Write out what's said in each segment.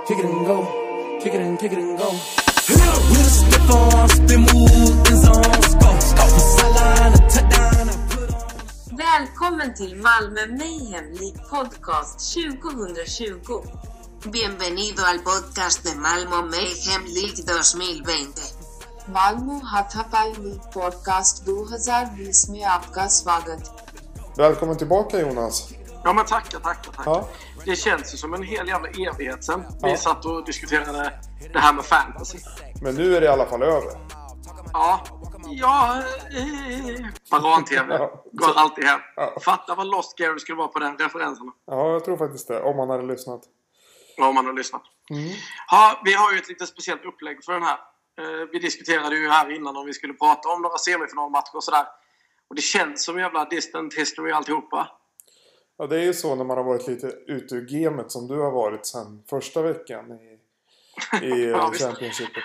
kick it and go, kick it and go. We'll step on, spin move, in zone, go, sideline, touchdown, put on. Välkommen till Malmö Mayhem League Podcast 2020. Bienvenido al podcast de Malmö Mayhem League 2020. मालूम हाथापाई लीग पॉडकास्ट 2020 में आपका स्वागत. Välkommen tillbaka, Jonas. Ja, men tackar. Ja. Det känns ju som en hel jävla evighet sen vi satt och diskuterade det här med fantasy. Men nu är det i alla fall över. Baran-TV går alltid hem. Ja. Fatta vad Lost Gary skulle vara på den referensen. Ja, jag tror faktiskt det. Om man hade lyssnat. Ja, om man har lyssnat. Ja, vi har ju ett lite speciellt upplägg för den här. Vi diskuterade ju här innan om vi skulle prata om några semifinalmatcher och sådär. Och det känns som jävla distant history alltihopa. Ja, det är ju så när man har varit lite ute ur gamet som du har varit sedan första veckan i Ja, Championshipet.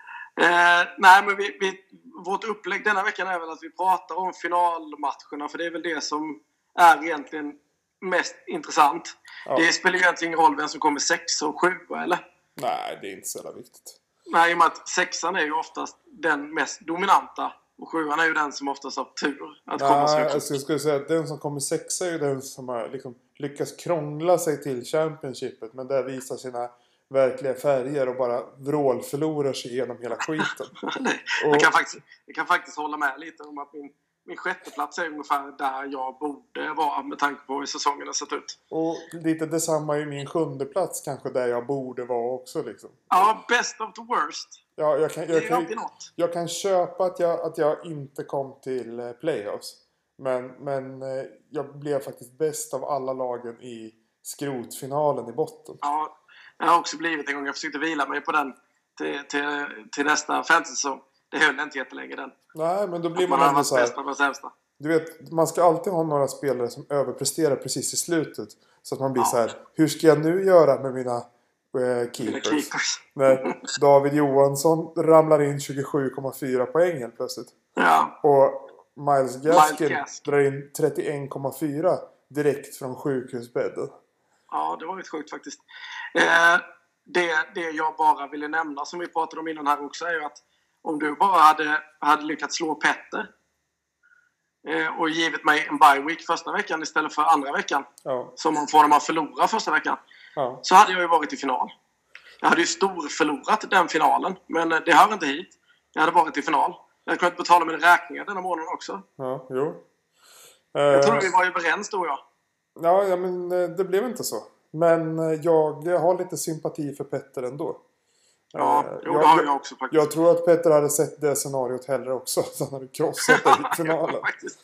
Nej, men vårt upplägg denna veckan är väl att vi pratar om finalmatcherna. För det är väl det som är egentligen mest intressant. Ja. Det spelar ju egentligen ingen roll vem som kommer 6 och 7, eller? Nej, det är inte så jävla viktigt. Nej, i och med att 6:an är ju oftast den mest dominanta. Och 7:an är ju den som oftast har tur att komma så högt. Alltså, jag skulle säga att den som kommer 6 är ju den som har liksom lyckats krångla sig till Championshipet. Men där visar sina verkliga färger och bara vrålförlorar sig igenom hela skiten. Jag kan faktiskt hålla med lite om att min sjätteplats är ungefär där jag borde vara med tanke på hur säsongen har sett ut. Och lite detsamma i min 7:e plats kanske där jag borde vara också liksom. Ja, best of the worst. Ja, jag kan köpa att jag inte kom till playoffs. Men jag blev faktiskt bäst av alla lagen i skrotfinalen i botten. Ja, jag har också blivit en gång. Jag försökte vila mig på den till nästa fantasy-säsong. Det höll inte jättelänge den. Nej, men då blir man ändå så här. Bästa och sämsta. Du vet, man ska alltid ha några spelare som överpresterar precis i slutet. Så att man blir så här, hur ska jag nu göra med mina keepers? När David Johansson ramlar in 27,4 poäng helt plötsligt. Ja. Och Miles Gaskin drar in 31,4 direkt från sjukhusbädden. Ja, det var ju sjukt faktiskt. Det jag bara ville nämna som vi pratade om innan här också är ju att om du bara hade lyckats slå Petter och givit mig en bye week första veckan istället för andra veckan som man får när man förlorar första veckan, så hade jag ju varit i final. Jag hade ju storförlorat den finalen, men det hör inte hit. Jag hade varit i final. Jag hade kunnat betala med räkningar denna månaden också. Ja, jo. Jag tror vi var överens då, ja. Ja, men det blev inte så. Men jag har lite sympati för Petter ändå. Ja, det har jag också faktiskt. Jag tror att Petter hade sett det scenariot hellre också. Så han hade krossat det i finalen. Faktiskt.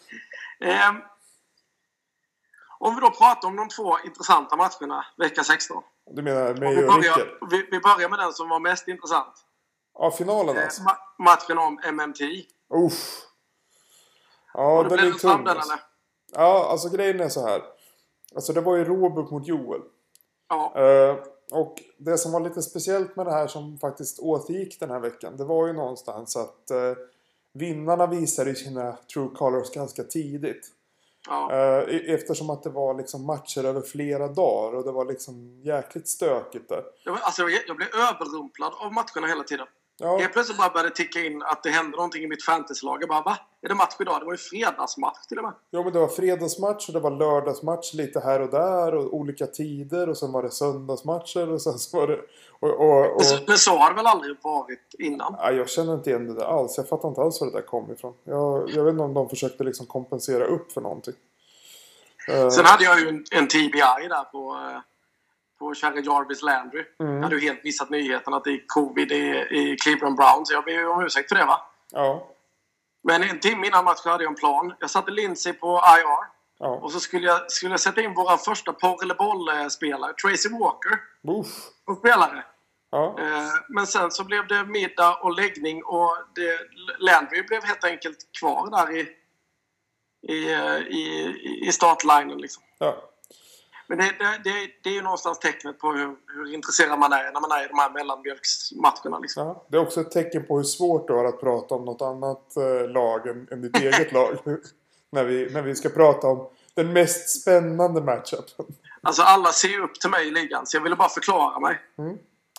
Om vi då pratar om de två intressanta matcherna vecka 16. Du menar mig och Rickard? Vi börjar med den som var mest intressant. Ja, finalen alltså. Matchen om MMT. Uff. Ja, den är tung. Eller? Ja, alltså grejen är så här. Alltså det var ju Robert mot Joel. Ja. Och det som var lite speciellt med det här som faktiskt återgick den här veckan, det var ju någonstans att vinnarna visade sina true colors ganska tidigt. Ja. Eftersom att det var liksom matcher över flera dagar och det var liksom jäkligt stökigt där. Jag blev överrumplad av matcherna hela tiden. Ja. Jag plötsligt bara började ticka in att det hände någonting i mitt fantasylag. Jag bara, va? Är det match idag? Det var ju fredagsmatch till och med. Jo, men det var fredagsmatch och det var lördagsmatch lite här och där och olika tider och sen var det söndagsmatcher och sen så var det... Men så har det väl aldrig varit innan? Nej, jag känner inte igen det där alls. Jag fattar inte alls var det där kom ifrån. Jag vet inte om de försökte liksom kompensera upp för någonting. Sen hade jag ju en TBI där på Cherry Jarvis Landry. Jag hade ju helt missat nyheten att det är covid i Cleveland Browns. Jag ber ju om ursäkt för det, va? Ja. Men en timme innan matchen hade jag en plan. Jag satte Lindsay på IR. Ja. Och så skulle jag sätta in våran första porr eller boll-spelare, Tracy Walker. Och spelare. Ja. Men sen så blev det middag och läggning. Och Landry blev helt enkelt kvar där i startlinen liksom. Ja. Men det är ju någonstans tecknet på hur intresserad man är när man är i de här mellanmjölksmatcherna. Liksom. Ja, det är också ett tecken på hur svårt det är att prata om något annat lag än ditt eget lag. När vi ska prata om den mest spännande matchupen. Alltså alla ser upp till mig i ligan, så jag ville bara förklara mig.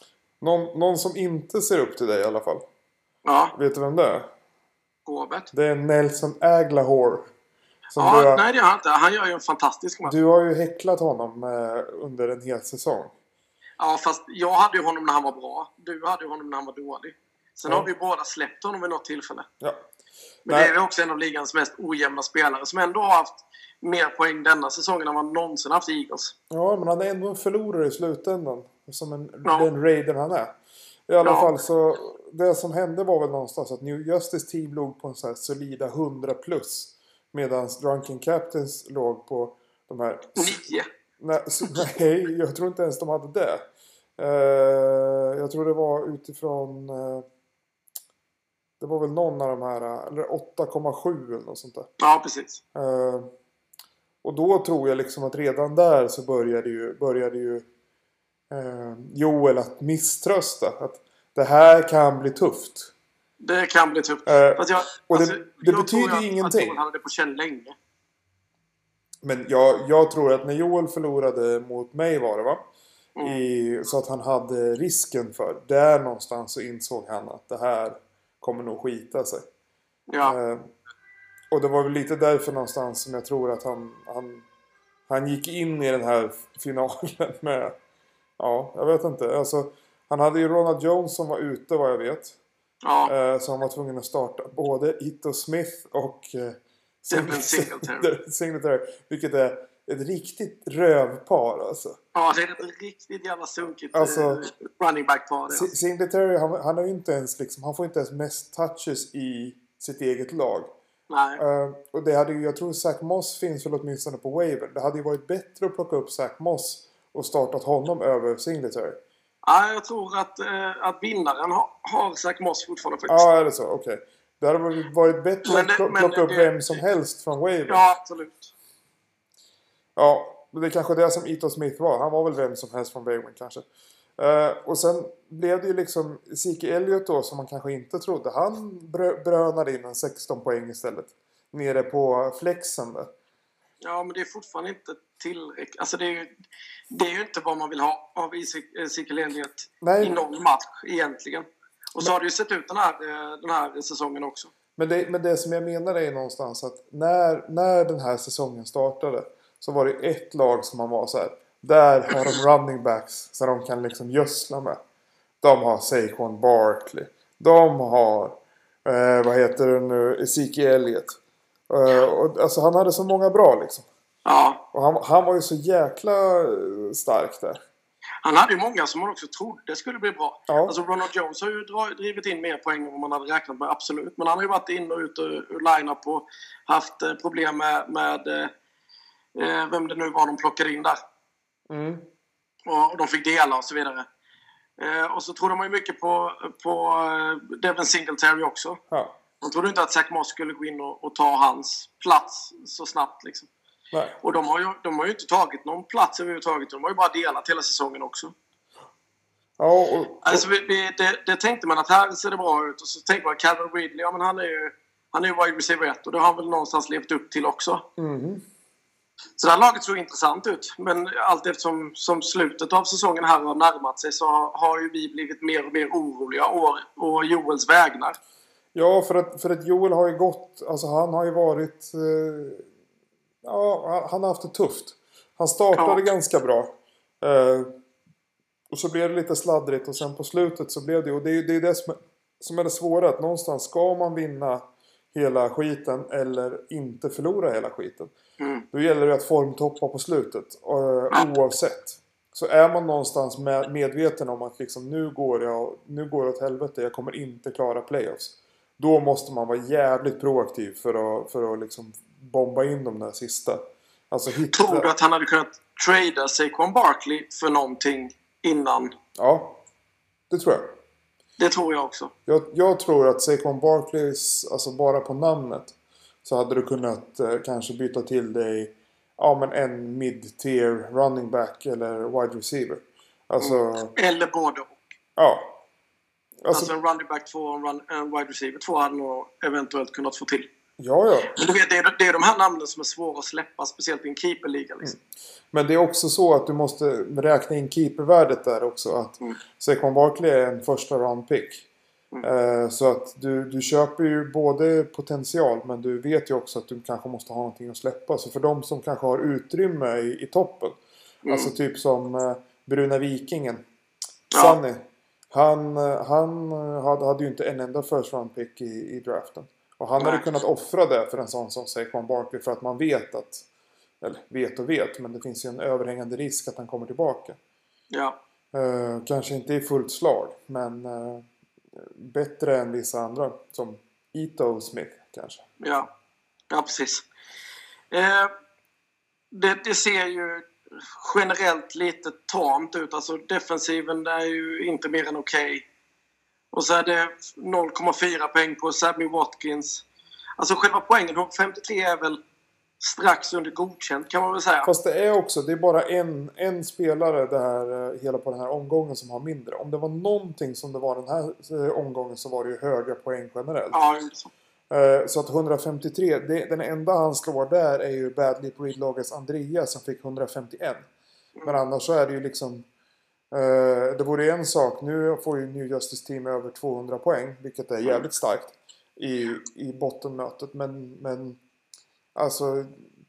Någon som inte ser upp till dig i alla fall. Ja. Vet du vem det är? Robert. Det är Nelson Aguilar. Nej, det har han inte. Han gör ju en fantastisk match. Du har ju häcklat honom under en hel säsong. Ja, fast jag hade ju honom när han var bra. Du hade ju honom när han var dålig. Sen har vi båda släppt honom vid något tillfälle. Ja. Men det är också en av ligans mest ojämna spelare som ändå har haft mer poäng denna säsongen än man någonsin haft i Eagles. Ja, men han är ändå en förlorare i slutändan. Som den raider han är. I alla fall så... Det som hände var väl någonstans att New Justice Team låg på en så här solida 100+. Medan Drunken Captains låg på de här... 9. Nej, jag tror inte ens de hade det. Jag tror det var utifrån... det var väl någon av de här... Eller 8,7 eller något sånt där. Ja, precis. Och då tror jag liksom att redan där så började ju Joel att misströsta. Att det här kan bli tufft. Det kan bli tufft. Det betyder ju ingenting. Att Joel hade det på känn länge. Men jag tror att när Joel förlorade mot mig var det va? Så att han hade risken för. Där någonstans så insåg han att det här kommer nog skita sig. Ja. Och det var väl lite därför någonstans som jag tror att han gick in i den här finalen med... Ja, jag vet inte. Alltså, han hade ju Ronald Jones som var ute vad jag vet. Ja. Så han var tvungen att starta både Ito Smith och Singletary. Vilket är ett riktigt rövpar alltså. Ja, det är ett riktigt jävla sunkigt running back-par. Singletary, han har ju inte ens liksom, han får inte ens mest touches i sitt eget lag. Nej. Och det hade ju, jag tror Zach Moss finns väl åtminstone på waiver. Det hade ju varit bättre att plocka upp Zach Moss och startat honom över Singletary. Ja, jag tror att vinnaren har Zach Moss fortfarande faktiskt. Ja, är det så? Okej. Det hade varit bättre att plocka upp vem som helst från waiver. Ja, absolut. Ja, det är kanske det som Ito Smith var. Han var väl vem som helst från waiver kanske. Och sen blev det ju liksom Zeke Elliott då som man kanske inte trodde. Han brönade in en 16 poäng istället. Nere på flexen där. Ja, men det är fortfarande inte tillräckligt. Alltså det är ju inte vad man vill ha av Zeke Elliott i någon match egentligen. Och så har det ju sett ut den här säsongen också. Men det som jag menar är någonstans att när den här säsongen startade så var det ett lag som man var så här. Där har de running backs så de kan liksom gödsla med. De har Saquon Barkley. De har vad heter det nu? Zeke Elliott. Och, alltså han hade så många bra liksom. Ja. Och han var ju så jäkla stark där. Han hade ju många som man också trodde skulle bli bra. Ja. Alltså Ronald Jones har ju drivit in mer poäng än vad man hade räknat med, absolut. Men han har ju varit in och ut ur line-up och haft problem med vem det nu var de plockade in där. Mm. Och de fick dela och så vidare. Och så trodde man ju mycket på Devin Singletary också. Ja. Man trodde inte att Zach Moss skulle gå in och ta hans plats så snabbt liksom. Nej. Och de har ju inte tagit någon plats överhuvudtaget. De har ju bara delat hela säsongen också. Ja, alltså det tänkte man att här ser det bra ut. Och så tänkte man Calvin Ridley, ja men han är ju wide receiver 1. Och det har han väl någonstans levt upp till också. Mm. Så det här laget såg intressant ut. Men allt eftersom som slutet av säsongen här har närmat sig så har ju vi blivit mer och mer oroliga och Joels vägnar. Ja, för att Joel har ju gått... Alltså han har ju varit... han har haft det tufft. Han startade ganska bra. Och så blev det lite sladdrigt. Och sen på slutet så blev det... Och det är det som är det svåra. Att någonstans ska man vinna hela skiten eller inte förlora hela skiten. Mm. Då gäller det att formtoppa på slutet. Oavsett. Så är man någonstans medveten om att liksom, nu går det åt helvete. Jag kommer inte klara playoffs. Då måste man vara jävligt proaktiv för att liksom bomba in de där sista. Alltså hitta... Tror du att han hade kunnat trada Saquon Barkley för någonting innan? Ja, det tror jag. Det tror jag också. Jag tror att Saquon Barkley, alltså bara på namnet, så hade du kunnat kanske byta till dig en mid-tier running back eller wide receiver. Alltså... Eller både och. Ja. Alltså en running back 2 och en wide receiver 2 hade nog eventuellt kunnat få till. Ja. Men du vet, det är de här namnen som är svåra att släppa, speciellt i en keeperliga. Liksom. Men det är också så att du måste räkna in keepervärdet där också. Att Saquon Barkley är en första round pick. Så att du köper ju både potential, men du vet ju också att du kanske måste ha någonting att släppa. Så för de som kanske har utrymme i toppen. Alltså typ som Bruna Vikingen. Sunny. Han hade ju inte en enda first round pick i draften. Och han hade kunnat offra det för en sån som Saquon Barkley. För att man vet att, eller vet, men det finns ju en överhängande risk att han kommer tillbaka. Ja. Kanske inte i fullt slag, men bättre än vissa andra. Som Ito Smith kanske. Ja precis. Det ser ju generellt lite tamt ut. Alltså defensiven är ju inte mer än okej. Och så är det 0,4 poäng på Sammy Watkins. Alltså själva poängen 53 är väl strax under godkänt, kan man väl säga. Fast det är bara en spelare där, hela på den här omgången som har mindre. Om det var någonting som det var den här omgången, så var det ju höga poäng generellt. Ja, så. Så att 153, den enda han slår där är ju Badly Breedlogers Andrea som fick 151. Men annars så är det ju liksom... det vore en sak. Nu får ju New Justice Team över 200 poäng, vilket är jävligt starkt i bottenmötet. Men alltså...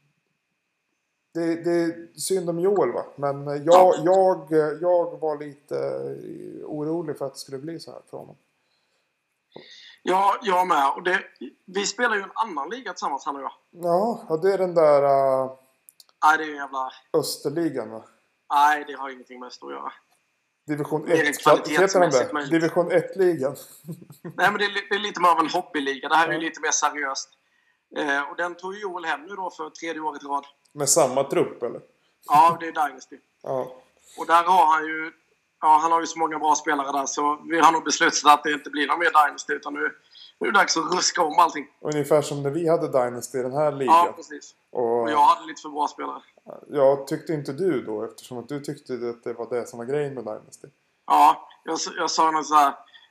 Det är synd om Joel, va? Men jag var lite orolig för att det skulle bli så här för honom. Ja, jag med. Och vi spelar ju en annan liga tillsammans, han och jag. Ja, det är den där... Nej, det är ju jävla... Österligan, va? Nej, det har ingenting med att göra. Division 1. Heter den det? Division 1-ligan. Nej, men det är lite mer av en hobbyliga. Det här är ju lite mer seriöst. Och den tog Joel hem nu då för 3:e året i rad. Med samma trupp, eller? Ja, det är Dynasty. Ja. Och där har han ju... Ja, han har ju så många bra spelare där, så vi har nog beslutat att det inte blir någon mer Dynasty, utan nu är det dags att ruska om allting. Ungefär som när vi hade Dynasty i den här ligan. Ja, precis. Och jag hade lite för bra spelare. Jag tyckte inte du då, eftersom att du tyckte att det var det som var grejen med Dynasty. Ja, jag sa något så här...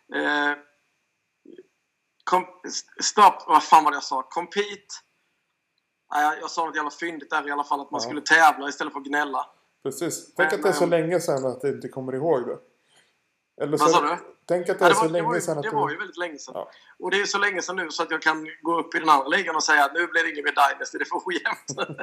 vad fan var det jag sa? Compete. Nej, jag sa något jävla fyndigt där i alla fall, att man skulle tävla istället för att gnälla. Precis. Tänk att det är så länge sedan att du inte kommer ihåg det. Eller vad sa du? Tänk att det är så länge sedan att det var ju väldigt länge sedan. Ja. Och det är så länge sedan nu så att jag kan gå upp i den andra ligan och säga att nu blir det ingen mer Dynasty, det får jämnt.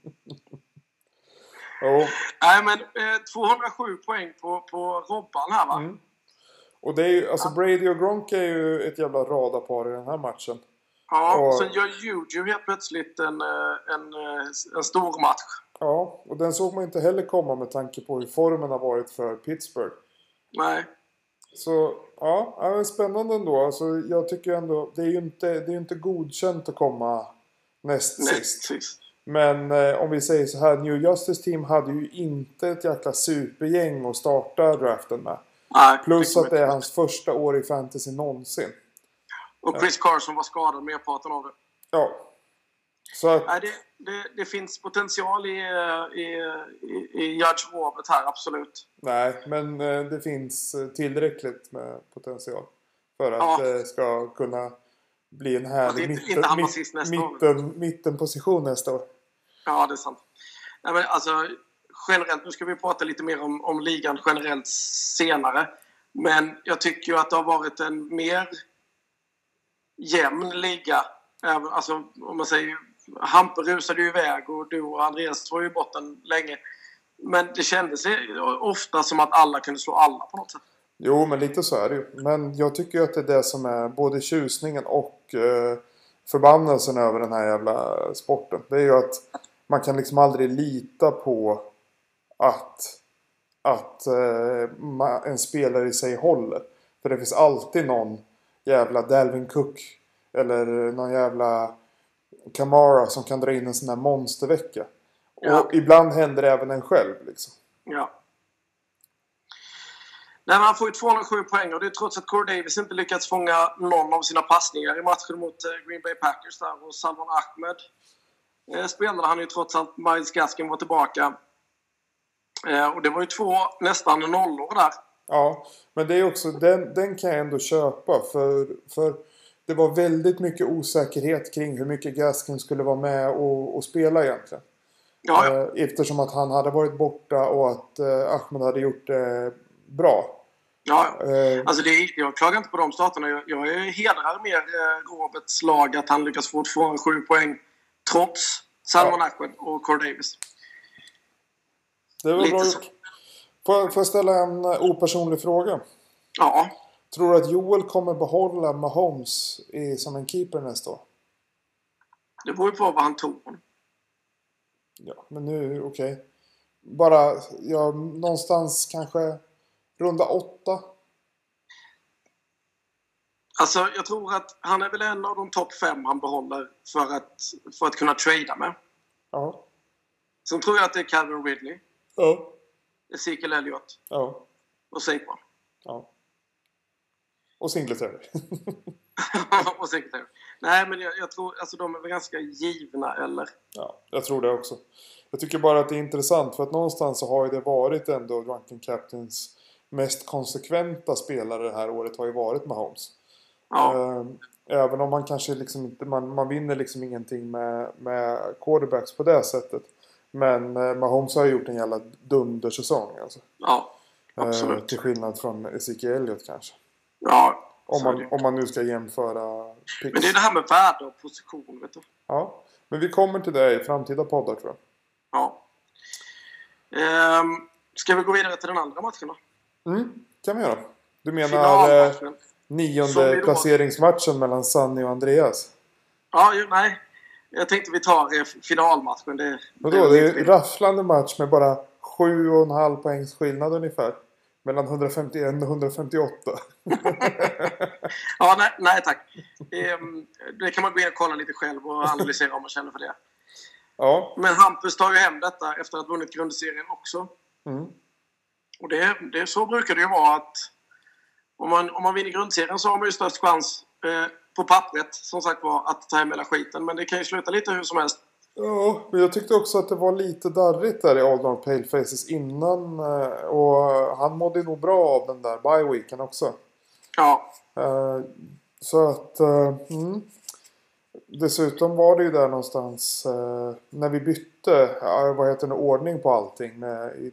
Nej, men 207 poäng på Robban här, va? Och det är ju, alltså Brady och Gronk är ju ett jävla radarpar i den här matchen. Ja, och sen gör Juju helt plötsligt en stor match. Ja, och den såg man inte heller komma med tanke på hur formen har varit för Pittsburgh. Nej. Så, ja, spännande ändå. Alltså, jag tycker ändå, det är ju inte godkänt att komma näst sist. Men om vi säger så här, New Justice Team hade ju inte ett jäkla supergäng att starta draften med. Nej, plus att det är hans första år i fantasy någonsin. Och Chris Carson var skadad merparten av det. Ja. Så att... Nej, det finns potential i Judge Robert här, absolut. Nej, men det finns tillräckligt med potential för att det ska kunna bli en härlig mittenposition nästa år. Ja, det är sant. Nej, men alltså, generellt, nu ska vi prata lite mer om ligan generellt senare. Men jag tycker ju att det har varit en mer jämn liga. Alltså, om man säger, Hamper rusade ju iväg och du och Andreas var ju i botten länge. Men det kändes ofta som att alla kunde slå alla på något sätt. Jo, men lite så är det ju. Men jag tycker ju att det är det som är både tjusningen och förbannelsen över den här jävla sporten. Det är ju att man kan liksom aldrig lita på att en spelare i sig håller. För det finns alltid någon jävla Dalvin Cook eller någon jävla Kamara som kan dra in en sån här monstervecka. Och ibland händer det även en själv liksom. Ja. Nej, men han får ju 207 poäng och det är trots att Corey Davis inte lyckats fånga någon av sina passningar i matchen mot Green Bay Packers där. Och Salman Ahmed spelade han ju trots att Miles Gaskin var tillbaka. Och det var ju 2 nästan nollor där. Ja, men det är också den kan jag ändå köpa för det var väldigt mycket osäkerhet kring hur mycket Gaskin skulle vara med och spela egentligen. Ja. Eftersom att han hade varit borta och att Ahmed hade gjort det bra. Ja, alltså jag klagar inte på de starterna. Jag hedrar mer Roberts lag att han lyckas få 7 poäng trots Salman Ahmed och Corey Davis. Det var bra gjort. Får jag ställa en opersonlig fråga? Ja. Tror du att Joel kommer behålla Mahomes som en keeper nästa år? Det beror ju på vad han tror. Ja, men nu, okej. Bara, någonstans kanske runda 8. Alltså, jag tror att han är väl en av de topp 5 han behåller för att kunna trada med. Ja. Sen tror jag att det är Calvin Ridley. Ja. Ezekiel Elliott. Ja. Och Saquon. Ja. Och Singletary. Och Singletary. Nej, men jag tror, alltså de är väl ganska givna, eller? Ja, jag tror det också. Jag tycker bara att det är intressant för att någonstans så har ju det varit ändå Drunken Captains mest konsekventa spelare det här året har ju varit Mahomes. Ja. Även om man kanske liksom inte, man vinner liksom ingenting med quarterbacks på det sättet. Men Mahomes har gjort en jävla dundersäsong alltså. Ja, absolut. Till skillnad från Ezekiel Elliott kanske. Ja. Om man nu ska jämföra picks. Men det är det här med värde och position, vet du. Ja, men vi kommer till det i framtida poddar tror jag. Ja. Ska vi gå vidare till den andra matchen då? Kan vi göra. Du menar Finalmatchen. 9:e placeringsmatchen mellan Sanny och Andreas? Ja, nej. Jag tänkte vi tar finalmatchen. Det är en rafflande match med bara 7,5 poängs skillnad ungefär. Mellan 151 och 158. Ja, nej tack. Det kan man gå in och kolla lite själv och analysera om man känner för det. Ja. Men Hampus tar ju hem detta efter att ha vunnit grundserien också. Och det så brukar det ju vara att om man vinner grundserien så har man ju störst chans på pappret, som sagt var, att ta hem hela skiten. Men det kan ju sluta lite hur som helst. Ja, men jag tyckte också att det var lite darrigt där i All Dark Pale Faces innan. Och han mådde nog bra av den där bye-weeken också. Ja. Så att... Dessutom var det ju där någonstans när vi bytte ordning på allting.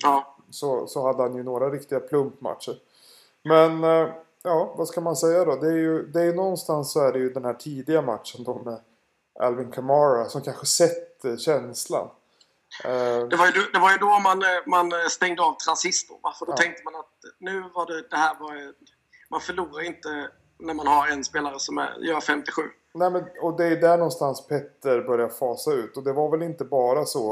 Så hade han ju några riktiga plumpmatcher. Men ja, vad ska man säga då? Det är ju någonstans så är det ju den här tidiga matchen då med Alvin Kamara som kanske sätter känslan. Det var ju då man stängde av transistor. För då tänkte man att nu var det här var... Man förlorar inte när man har en spelare som gör 57. Nej, men, och det är där någonstans Petter börjar fasa ut. Och det var väl inte bara så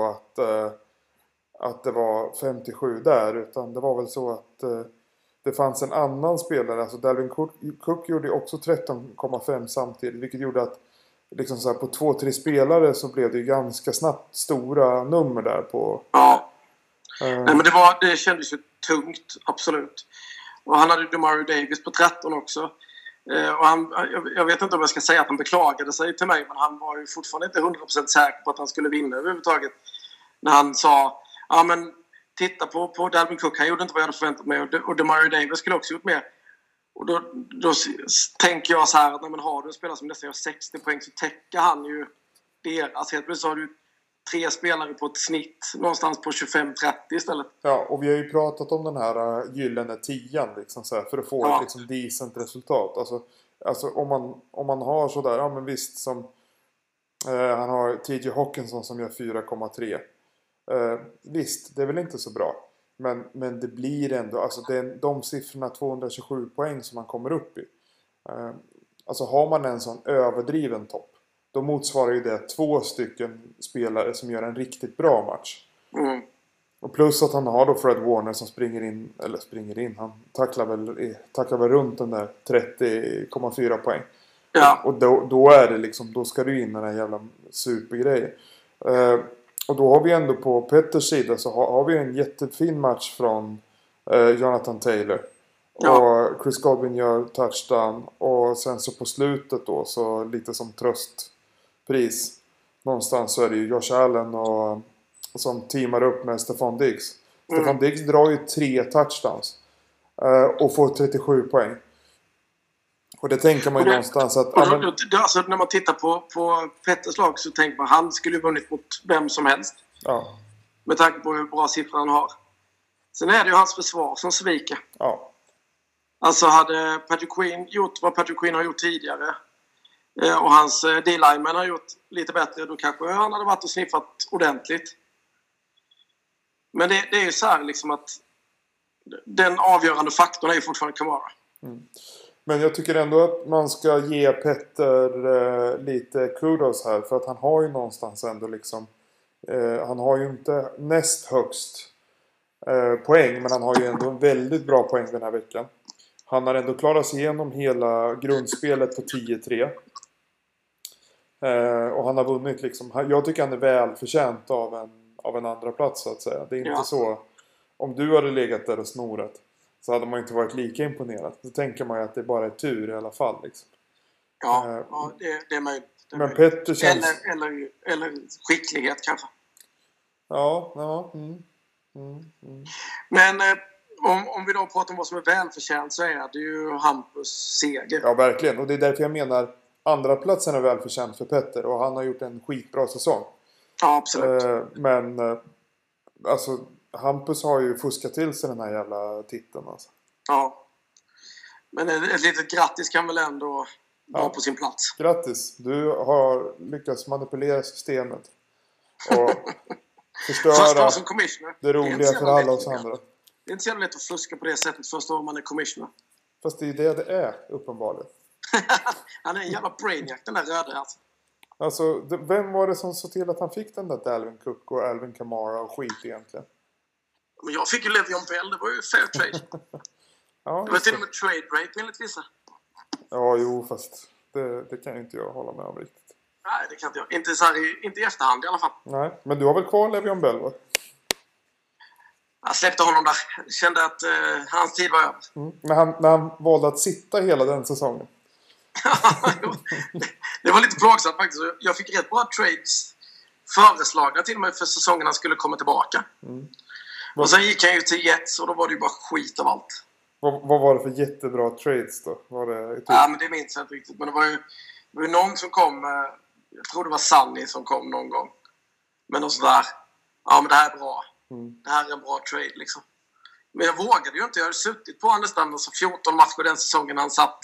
att det var 57 där. Utan det var väl så att det fanns en annan spelare. Alltså Dalvin Cook gjorde också 13,5 samtidigt. Vilket gjorde att liksom så här, på 2-3 spelare så blev det ju ganska snabbt stora nummer där på... Ja. Nej, men det kändes ju tungt, absolut. Och han hade Demario Davis på 13 också. Och jag vet inte om jag ska säga att han beklagade sig till mig, men han var ju fortfarande inte 100% säker på att han skulle vinna överhuvudtaget. När han sa, ja men titta på Dalvin Cook, han gjorde inte vad jag hade förväntat mig, och Demario Davis skulle också gjort mer. Och då tänker jag så här att när man har en spelare som nästan gör 60 poäng så täcker han ju deras. Helt plötsligt har du 3 spelare på ett snitt någonstans på 25-30 istället. Ja, och vi har ju pratat om den här gyllene 10 liksom så här, för att få ett liksom decent resultat. Alltså om man har sådär, ja men visst som han har TJ Hawkinson som gör 4,3. Visst, det är väl inte så bra. Men det blir ändå, alltså de siffrorna 227 poäng som man kommer upp i. Alltså har man en sån överdriven topp, då motsvarar ju det 2 stycken spelare som gör en riktigt bra match. Och plus att han har då Fred Warner som springer in, han tacklar väl runt den där 30,4 poäng. Ja. Och då är det liksom, då ska du in den här jävla supergrejen. Och då har vi ändå på Petters sida så har vi en jättefin match från Jonathan Taylor. Ja. Och Chris Godwin gör touchdown. Och sen så på slutet då så lite som tröstpris. Någonstans så är det ju Josh Allen som teamar upp med Stefan Diggs. Stefan Diggs drar ju 3 touchdowns. Och får 37 poäng. Och det tänker man ju någonstans att... Alltså, när man tittar på Petters lag så tänker man han skulle ju vunnit mot vem som helst. Ja. Med tanke på hur bra siffror han har. Sen är det ju hans försvar som sviker. Ja. Alltså hade Patrick Queen gjort vad Patrick Queen har gjort tidigare och hans D-lineman har gjort lite bättre, då kanske han hade varit och sniffat ordentligt. Men det är ju så här liksom att den avgörande faktorn är ju fortfarande Kamara. Men jag tycker ändå att man ska ge Petter lite kudos här. För att han har ju någonstans ändå liksom... han har ju inte näst högst poäng. Men han har ju ändå en väldigt bra poäng den här veckan. Han har ändå klarat sig igenom hela grundspelet på 10-3. Och han har vunnit liksom... Jag tycker han är väl förtjänt av en andra plats så att säga. Det är inte så... Om du hade legat där och snorat så hade man inte varit lika imponerad. Då tänker man ju att det bara är tur i alla fall. Liksom. Ja, det är möjligt. Men Petter känns... Eller skicklighet kanske. Ja. Men om vi då pratar om vad som är välförtjänt så är det ju Hampus seger. Ja, verkligen. Och det är därför jag menar andra platsen är välförtjänt för Petter. Och han har gjort en skitbra säsong. Ja, absolut. Men alltså... Hampus har ju fuskat till sig den här jävla titeln alltså. Ja. Men ett litet grattis kan väl ändå vara på sin plats. Grattis. Du har lyckats manipulera systemet. Och förstöra som commissioner. Det roliga för alla oss andra. Det är inte så lätt att fuska på det sättet första år man är commissioner. Fast det är det är, uppenbarligen. Han är en jävla brainiac, den där röda alltså. Alltså, vem var det som såg till att han fick den där Dalvin Cook och Alvin Kamara och skit egentligen? Men jag fick ju Le'Veon Bell, det var ju fair trade. Ja, det var till och med trade break enligt vissa. Ja, jo, fast det kan inte jag hålla med om riktigt. Nej, det kan inte jag. Inte, så här, inte i efterhand i alla fall. Nej, men du har väl kvar Le'Veon Bell, va? Jag släppte honom där. Kände att hans tid var över. Men när han valde att sitta hela den säsongen. Det var lite plågsamt faktiskt. Jag fick rätt bra trades föreslagna till mig för säsongen han skulle komma tillbaka. Och sen gick han ju till Jets och då var det ju bara skit av allt. Vad var det för jättebra trades då? Var det ja, men det minns jag inte riktigt. Men det var ju någon som kom, jag tror det var Sunny som kom någon gång. Men någon sådär, ja men det här är bra. Det här är en bra trade liksom. Men jag vågade ju inte. Jag hade suttit på nästan alltså 14 matcher den säsongen han satt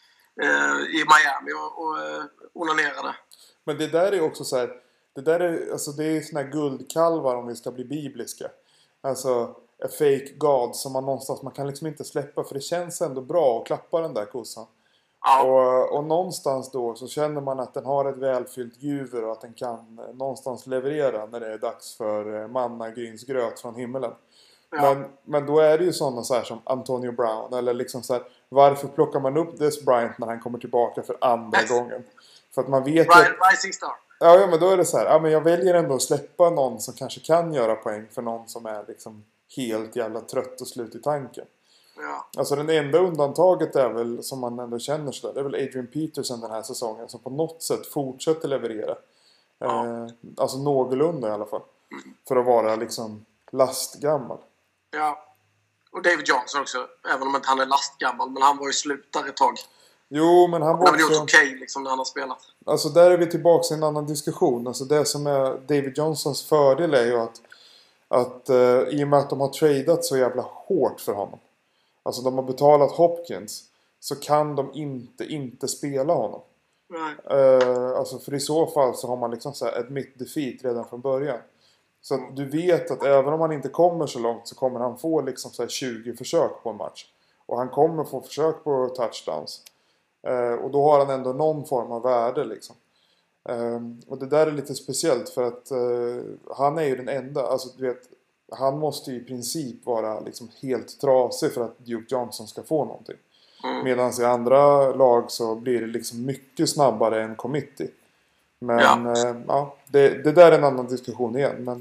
i Miami och onanerade. Men det där är också så här, det är såna här guldkalvar om vi ska bli bibliska. Alltså a fake god som man kan liksom inte släppa, för det känns ändå bra att klappa den där kossan. Ja. Och någonstans då så känner man att den har ett välfyllt juver och att den kan någonstans leverera när det är dags för mannagrynsgröt från himmelen. Ja. Men då är det ju sådana så här som Antonio Brown eller liksom så här, varför plockar man upp Des Bryant när han kommer tillbaka för andra gången? För att man vet Rising Star. Ja, men då är det så här, ja men jag väljer ändå att släppa någon som kanske kan göra poäng för någon som är liksom helt jävla trött och slut i tanken. Ja. Alltså den enda undantaget är väl, som man ändå känner sådär, det är väl Adrian Peterson den här säsongen som på något sätt fortsätter leverera. Ja. Alltså någorlunda i alla fall. För att vara liksom lastgammal. Ja. Och David Johnson också, även om inte han är lastgammal, men han var ju slut där ett tag. Jo, men han var också... Det var okej liksom när han har spelat. Alltså där är vi tillbaka i en annan diskussion. Alltså det som är David Johnsons fördel är ju att i och med att de har tradat så jävla hårt för honom. Alltså de har betalat Hopkins, så kan de inte spela honom. Nej. Alltså för i så fall så har man liksom så här admit defeat redan från början. Så att du vet att även om han inte kommer så långt så kommer han få liksom så här 20 försök på en match. Och han kommer få försök på touchdowns. Och då har han ändå någon form av värde liksom. Och det där är lite speciellt för att han är ju den enda. Alltså du vet, han måste ju i princip vara liksom helt trasig för att Duke Johnson ska få någonting. Medan i andra lag så blir det liksom mycket snabbare än committee. Men ja, det där är en annan diskussion igen. Men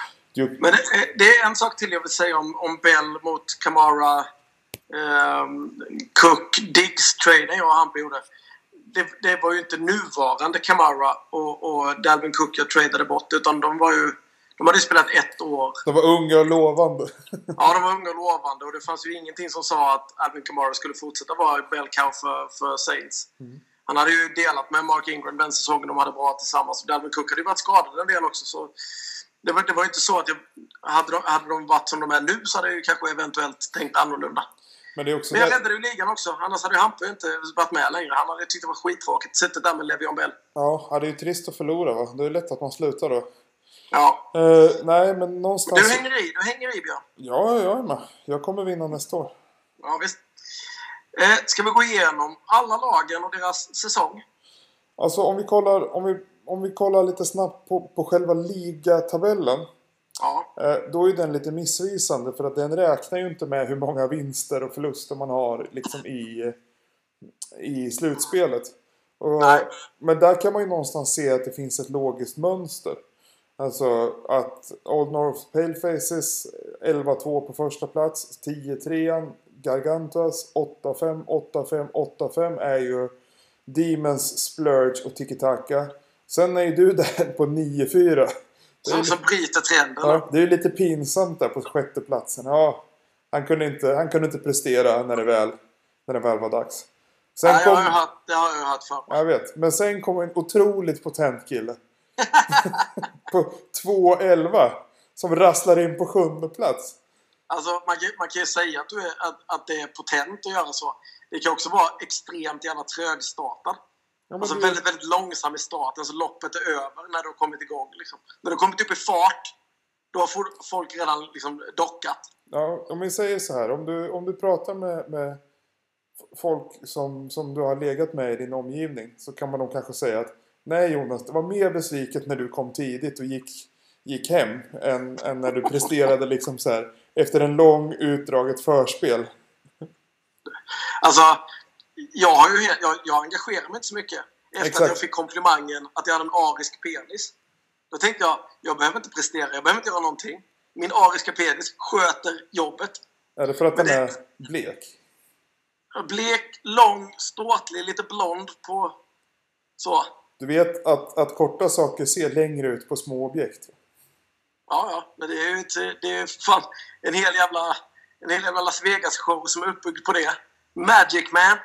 det är en sak till jag vill säga om Bell mot Kamara, Cook, Diggs traden jag och Hampe gjorde. Det var ju inte nuvarande Kamara och Dalvin Cook jag tradade bort, utan de var ju De hade spelat 1 år. De var unga och lovande. Ja, de var unga och lovande. Och det fanns ju ingenting som sa att Alvin Kamara skulle fortsätta vara bell cow för Saints. Han hade ju delat med Mark Ingram den säsongen de hade bra tillsammans. Och Dalvin Cook hade ju varit skadad en del också. Så det var inte så att hade de varit som de är nu så hade jag ju kanske eventuellt tänkt annorlunda. Men jag räddade ju ligan också. Annars hade ju Hampe inte varit med längre. Han hade tyckt det var skittråkigt. Sättet där med Le'Veon Bell. Ja, det är ju trist att förlora, va? Det är lätt att man slutar då. Ja. Nej, men någonstans... Du hänger i, Björn. Ja, jag är med. Jag kommer vinna nästa år. Ja, visst. Ska vi gå igenom alla lagen och deras säsong? Alltså, om vi kollar lite snabbt på själva ligatabellen. Ja. Då är den lite missvisande, för att den räknar ju inte med hur många vinster och förluster man har liksom i slutspelet. Men där kan man ju någonstans se att det finns ett logiskt mönster. Alltså att Old North Palefaces 11-2 på första plats, 10-3, Gargantuas 8-5, 8-5, 8-5 är ju Demons, Splurge och Tiki-Taka. Sen är ju du där på 9-4. Som bryter trenden. Ja, det är ju lite pinsamt där på sjätte platsen. Ja, han kunde inte prestera när det väl var dags. Sen det har jag hört för mig. Jag vet, men sen kom en otroligt potent kille. På 2-11 som rasslar in på 7:e plats. Alltså man kan ju säga att det är potent att göra så. Det kan också vara extremt jävla trögstartad. Ja, alltså väldigt, väldigt långsam i starten, så loppet är över när du har kommit igång. Liksom. När du har kommit upp i fart, då har folk redan liksom dockat. Ja, om vi säger så här, om du pratar med folk som du har legat med i din omgivning, så kan man nog kanske säga att nej Jonas, det var mer besviket när du kom tidigt och gick hem än när du presterade liksom så här efter en lång utdraget förspel. Alltså jag engagerar mig inte så mycket efter att jag fick komplimangen att jag hade en arisk penis. Då tänkte jag behöver inte prestera, jag behöver inte göra någonting. Min ariska penis sköter jobbet. Är det för att den är blek? Blek, lång, ståtlig, lite blond på så. Du vet att korta saker ser längre ut på små objekt. Ja, men det är fan en hel jävla Las Vegas-show som är uppbyggd på det. Magic Man.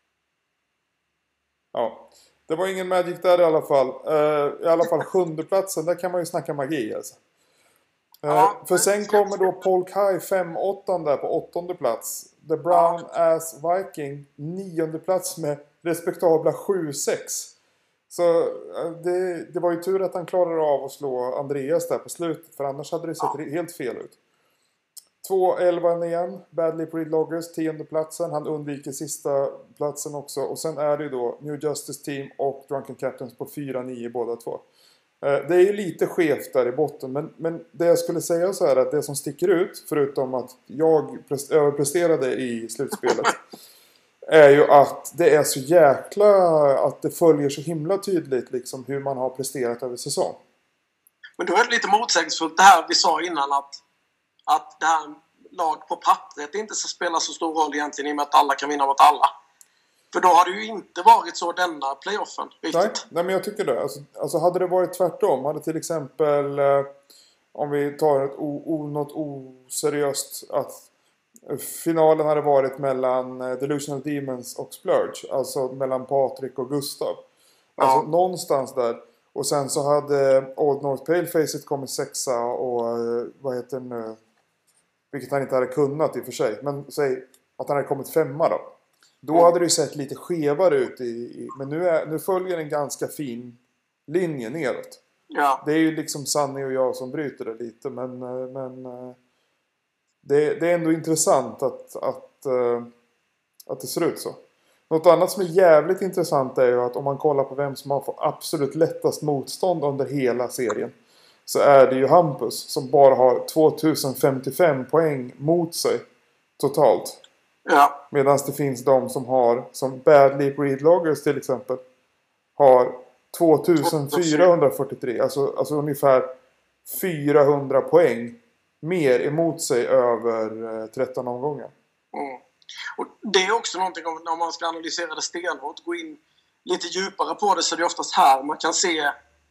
Ja, det var ingen Magic där i alla fall. I alla fall 7:e platsen, där kan man ju snacka magi alltså. För sen kommer då Polk High 5-8 där på 8:e plats. The Brown Ass Viking 9:e plats med respektabla 7-6. Så det var ju tur att han klarade av att slå Andreas där på slutet, för annars hade det sett helt fel ut. 2-11 igen, Badly Breed Loggers 10:e platsen. Han undviker sista platsen också. Och sen är det ju då New Justice Team och Drunken Captains på 4-9 båda två. Det är ju lite skevt där i botten, men det jag skulle säga så är att det som sticker ut, förutom att jag överpresterade i slutspelet, är ju att det är så jäkla att det följer så himla tydligt liksom hur man har presterat över säsong. Men då är det lite motsägelsefullt det här vi sa innan, att det här lag på pappret inte ska spela så stor roll egentligen, i och med att alla kan vinna mot alla. För då har det ju inte varit så denna playoffen riktigt. Nej, men jag tycker det. Alltså hade det varit tvärtom, hade till exempel om vi tar något oseriöst, att finalen hade varit mellan Delusional Demons och Splurge, alltså mellan Patrik och Gustav. Alltså någonstans där. Och sen så hade Old North Palefaces kommit 6:a och vad heter det nu? Vilket han inte hade kunnat i och för sig. Men säg att han hade kommit 5:a då. Då hade det ju sett lite skevare ut. Men nu följer en ganska fin linje neråt. Ja. Det är ju liksom Sanny och jag som bryter det lite. Men det är ändå intressant att det ser ut så. Något annat som är jävligt intressant är ju att om man kollar på vem som har fått absolut lättast motstånd under hela serien, så är det ju Hampus som bara har 2055 poäng mot sig totalt. Ja. Medan det finns de som Badly Breed Loggers till exempel, har 2443. Alltså ungefär 400 poäng mer emot sig över 13 omgångar. Mm. Och det är också någonting om man ska analysera det stenhårt, gå in lite djupare på det, så är det oftast här man kan se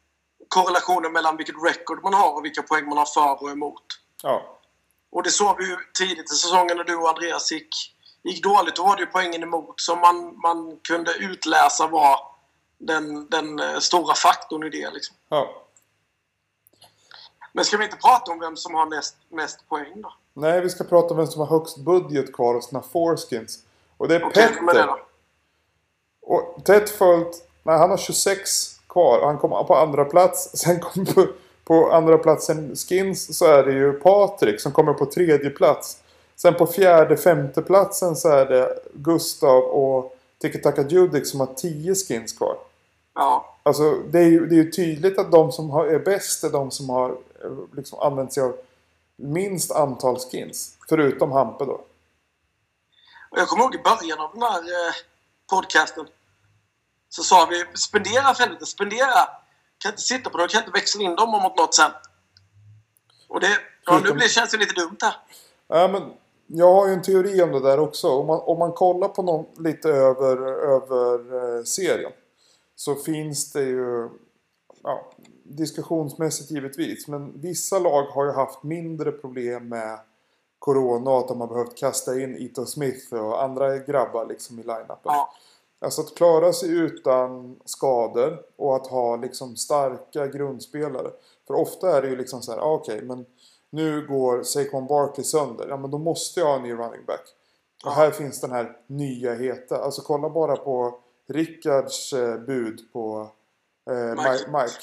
korrelationen mellan vilket record man har och vilka poäng man har för och emot. Ja. Och det såg vi ju tidigt i säsongen när du och Andreas gick dåligt. Då var det ju poängen emot som man kunde utläsa var den stora faktorn i det. Liksom. Ja. Men ska vi inte prata om vem som har mest poäng då? Nej, vi ska prata om vem som har högst budget kvar hos sina foreskins. Och det är Petter. Med det då? Och tätt följt, han har 26 kvar. Han kommer på andra plats. Sen kommer på andra platsen skins så är det ju Patrik som kommer på tredje plats. Sen på fjärde, femte platsen så är det Gustav och Tiki-Taka Judik som har 10 skins kvar. Ja. Alltså det är ju tydligt att de som är bäst är de som har liksom använt sig av minst antal skins. Förutom Hampe då. Och jag kommer ihåg i början av den här podcasten så sa vi spendera. Kan inte sitta på dem, kan inte växla in dem mot något sen. Och det, nu känns det lite dumt här. Ja, men jag har ju en teori om det där också. Om man kollar på någon lite över serien så finns det ju diskussionsmässigt givetvis. Men vissa lag har ju haft mindre problem med corona och att de har behövt kasta in Ito Smith och andra grabbar liksom i line-upen. Ja. Alltså att klara sig utan skador och att ha liksom starka grundspelare. För ofta är det ju liksom så här, okej, men nu går Saquon Barkley sönder. Ja, men då måste jag ha en ny running back. Och här finns den här nya heta. Alltså kolla bara på Rickards bud på Mike.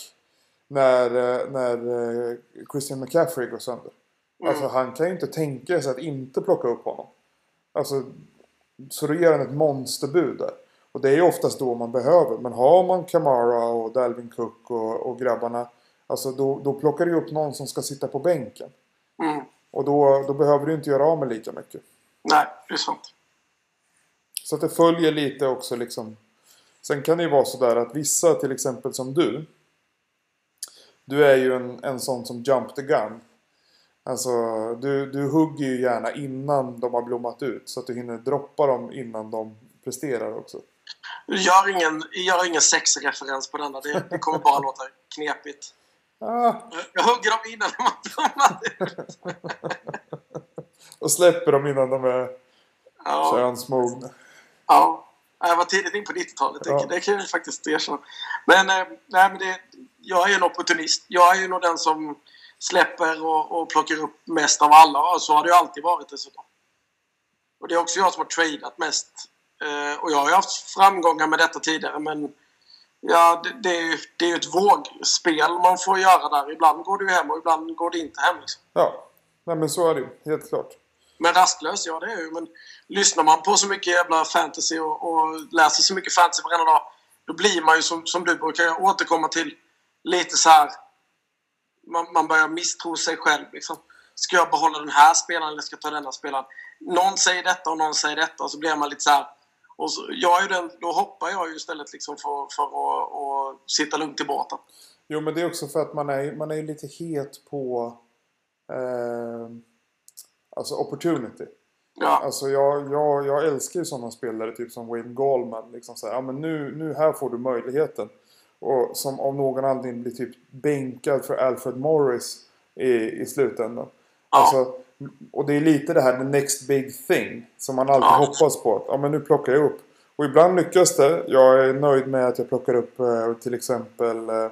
När Christian McCaffrey går sönder. Alltså han kan ju inte tänka sig att inte plocka upp honom. Alltså, så då ger han ett monsterbud där. Och det är ju oftast då man behöver. Men har man Kamara och Dalvin Cook och grabbarna. Alltså då plockar du upp någon som ska sitta på bänken. Och då behöver du inte göra av med lika mycket. Nej, det är sant. Så att det följer lite också liksom. Sen kan det ju vara så där att vissa till exempel som du är ju en sån som jump the gun. Alltså du hugger ju gärna innan de har blommat ut. Så att du hinner droppa dem innan de presterar också. Gör ingen sexreferens på denna. Det kommer bara låta knepigt. Jag hugger dem innan de har blommat ut. Och släpper dem innan de är könsmogna. Ja. Jag var tidigt in på 90-talet. Det kan jag faktiskt erkänna. Men jag är en opportunist. Jag är ju nog den som släpper och plockar upp mest av alla. Och så har det ju alltid varit dessutom. Och det är också jag som har tradat mest. Och jag har ju haft framgångar med detta tidigare. Men det är ju ett vågspel man får göra där. Ibland går det ju hem och ibland går det inte hem. Liksom. Ja, nej, men så är det ju. Helt klart. Men rastlös, ja det är ju. Men lyssnar man på så mycket jävla fantasy och läser så mycket fantasy varenda dag. Då blir man ju som du brukar återkomma till lite så här. Man börjar misstro sig själv liksom. Ska jag behålla den här spelaren eller ska jag ta denna spelaren? Någon säger detta och någon säger detta och så blir man lite så här. Och så, då hoppar jag ju istället liksom för att sitta lugnt i båten. Jo, men det är också för att man är lite het på alltså opportunity. Ja. Alltså jag älskar ju sådana spelare typ som Wayne Gallman liksom så här, ja men nu här får du möjligheten. Och som av någon anledning blir typ bänkad för Alfred Morris i slutändan. Ja. Alltså, och det är lite det här the next big thing som man alltid hoppas på. Att, ja men nu plockar jag upp. Och ibland lyckas det. Jag är nöjd med att jag plockar upp till exempel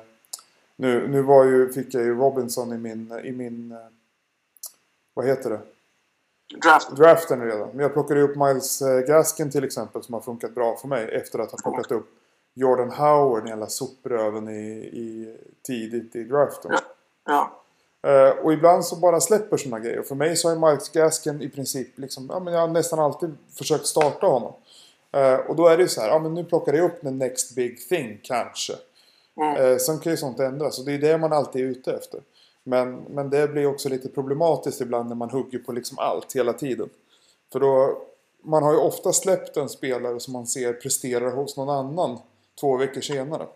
nu fick jag ju Robinson i min vad heter det? Draften redan. Men jag plockade upp Miles Gaskin till exempel som har funkat bra för mig efter att ha plockat upp Jordan Howard, den jävla sopröven i tidigt i draften. Ja. Och ibland så bara släpper såna grejer. För mig så har Miles Gaskin i princip liksom, ja men jag har nästan alltid försökt starta honom. Och då är det ju så här, ja men nu plockar jag upp den next big thing kanske. Sen kan ju sånt ändras. Så det är det man alltid är ute efter. Men det blir också lite problematiskt ibland när man hugger på liksom allt hela tiden. För då, man har ju ofta släppt en spelare som man ser presterar hos någon annan 2 veckor senare.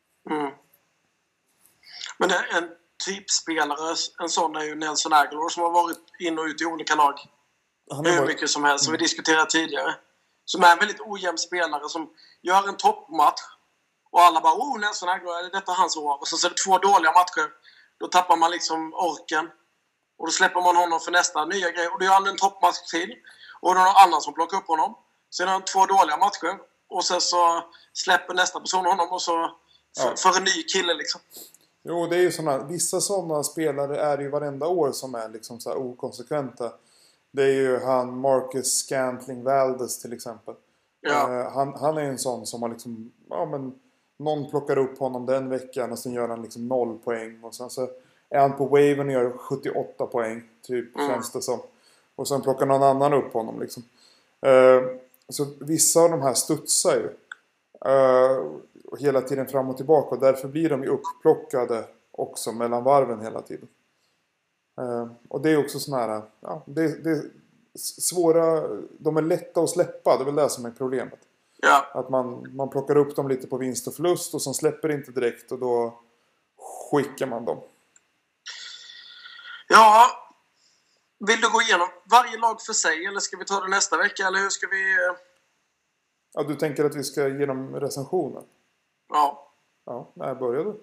Men en typspelare, en sån är ju Nelson Aguilar som har varit in och ut i olika lag. Hur mycket som helst, som vi diskuterade tidigare. Som är en väldigt ojämn spelare som gör en toppmatch Och alla bara, Nelson Agholor, detta är hans år. Och så är det 2 dåliga matcher. Då tappar man liksom orken. Och då släpper man honom för nästa nya grej. Och då gör han en toppmatch till. Och då är det någon annan som plockar upp honom. Sen har han 2 dåliga matcher. Och sen så släpper nästa person honom. Och så för en ny kille liksom. Jo, det är ju vissa sådana spelare är det ju varenda år som är liksom så här okonsekventa. Det är ju han Marcus Scantling Valdes till exempel. Ja. Han är ju en sån som har liksom, någon plockar upp honom den veckan och sen gör han liksom 0 poäng. Och sen så är han på waven och gör 78 poäng typ, känns det som. Och sen plockar någon annan upp honom liksom. Så vissa av de här studsar ju. Hela tiden fram och tillbaka. Och därför blir de ju upplockade också mellan varven hela tiden. Och det är också sån här... Ja, det är svåra... De är lätta att släppa. Det är väl det som är problemet. Ja. Att man plockar upp dem lite på vinst och förlust. Och sen släpper inte direkt. Och då skickar man dem. Ja... Vill du gå igenom varje lag för sig? Eller ska vi ta det nästa vecka? Eller hur ska vi... Ja, du tänker att vi ska genom recensionen? Ja. Ja, när börjar du?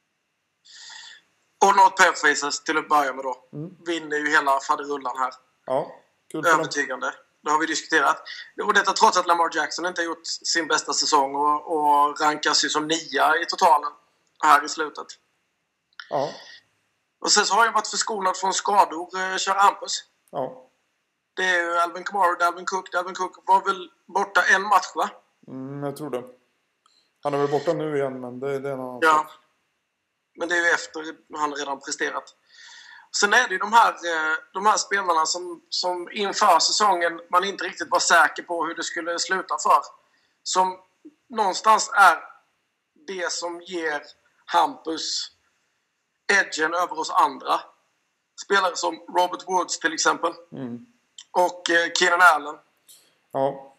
Och North Palefaces till att börja med då. Vinner ju hela faderullan här. Ja, kul. Övertygande. Det har vi diskuterat. Och detta trots att Lamar Jackson inte har gjort sin bästa säsong. Och rankas ju som 9 i totalen här i slutet. Ja. Och sen så har jag varit förskonad från skador, kör Hampus. Ja. Det är ju Alvin Kamara och Dalvin Cook. Dalvin Cook var väl borta en match, va? Jag tror det. Han är väl borta nu igen, men det är en annan sak. Men det är ju efter han redan presterat. Sen är det ju de här spelarna som inför säsongen man inte riktigt var säker på hur det skulle sluta för. Som någonstans är det som ger Hampus edgen över oss andra. Spelare som Robert Woods till exempel. Och Keenan Allen. Ja.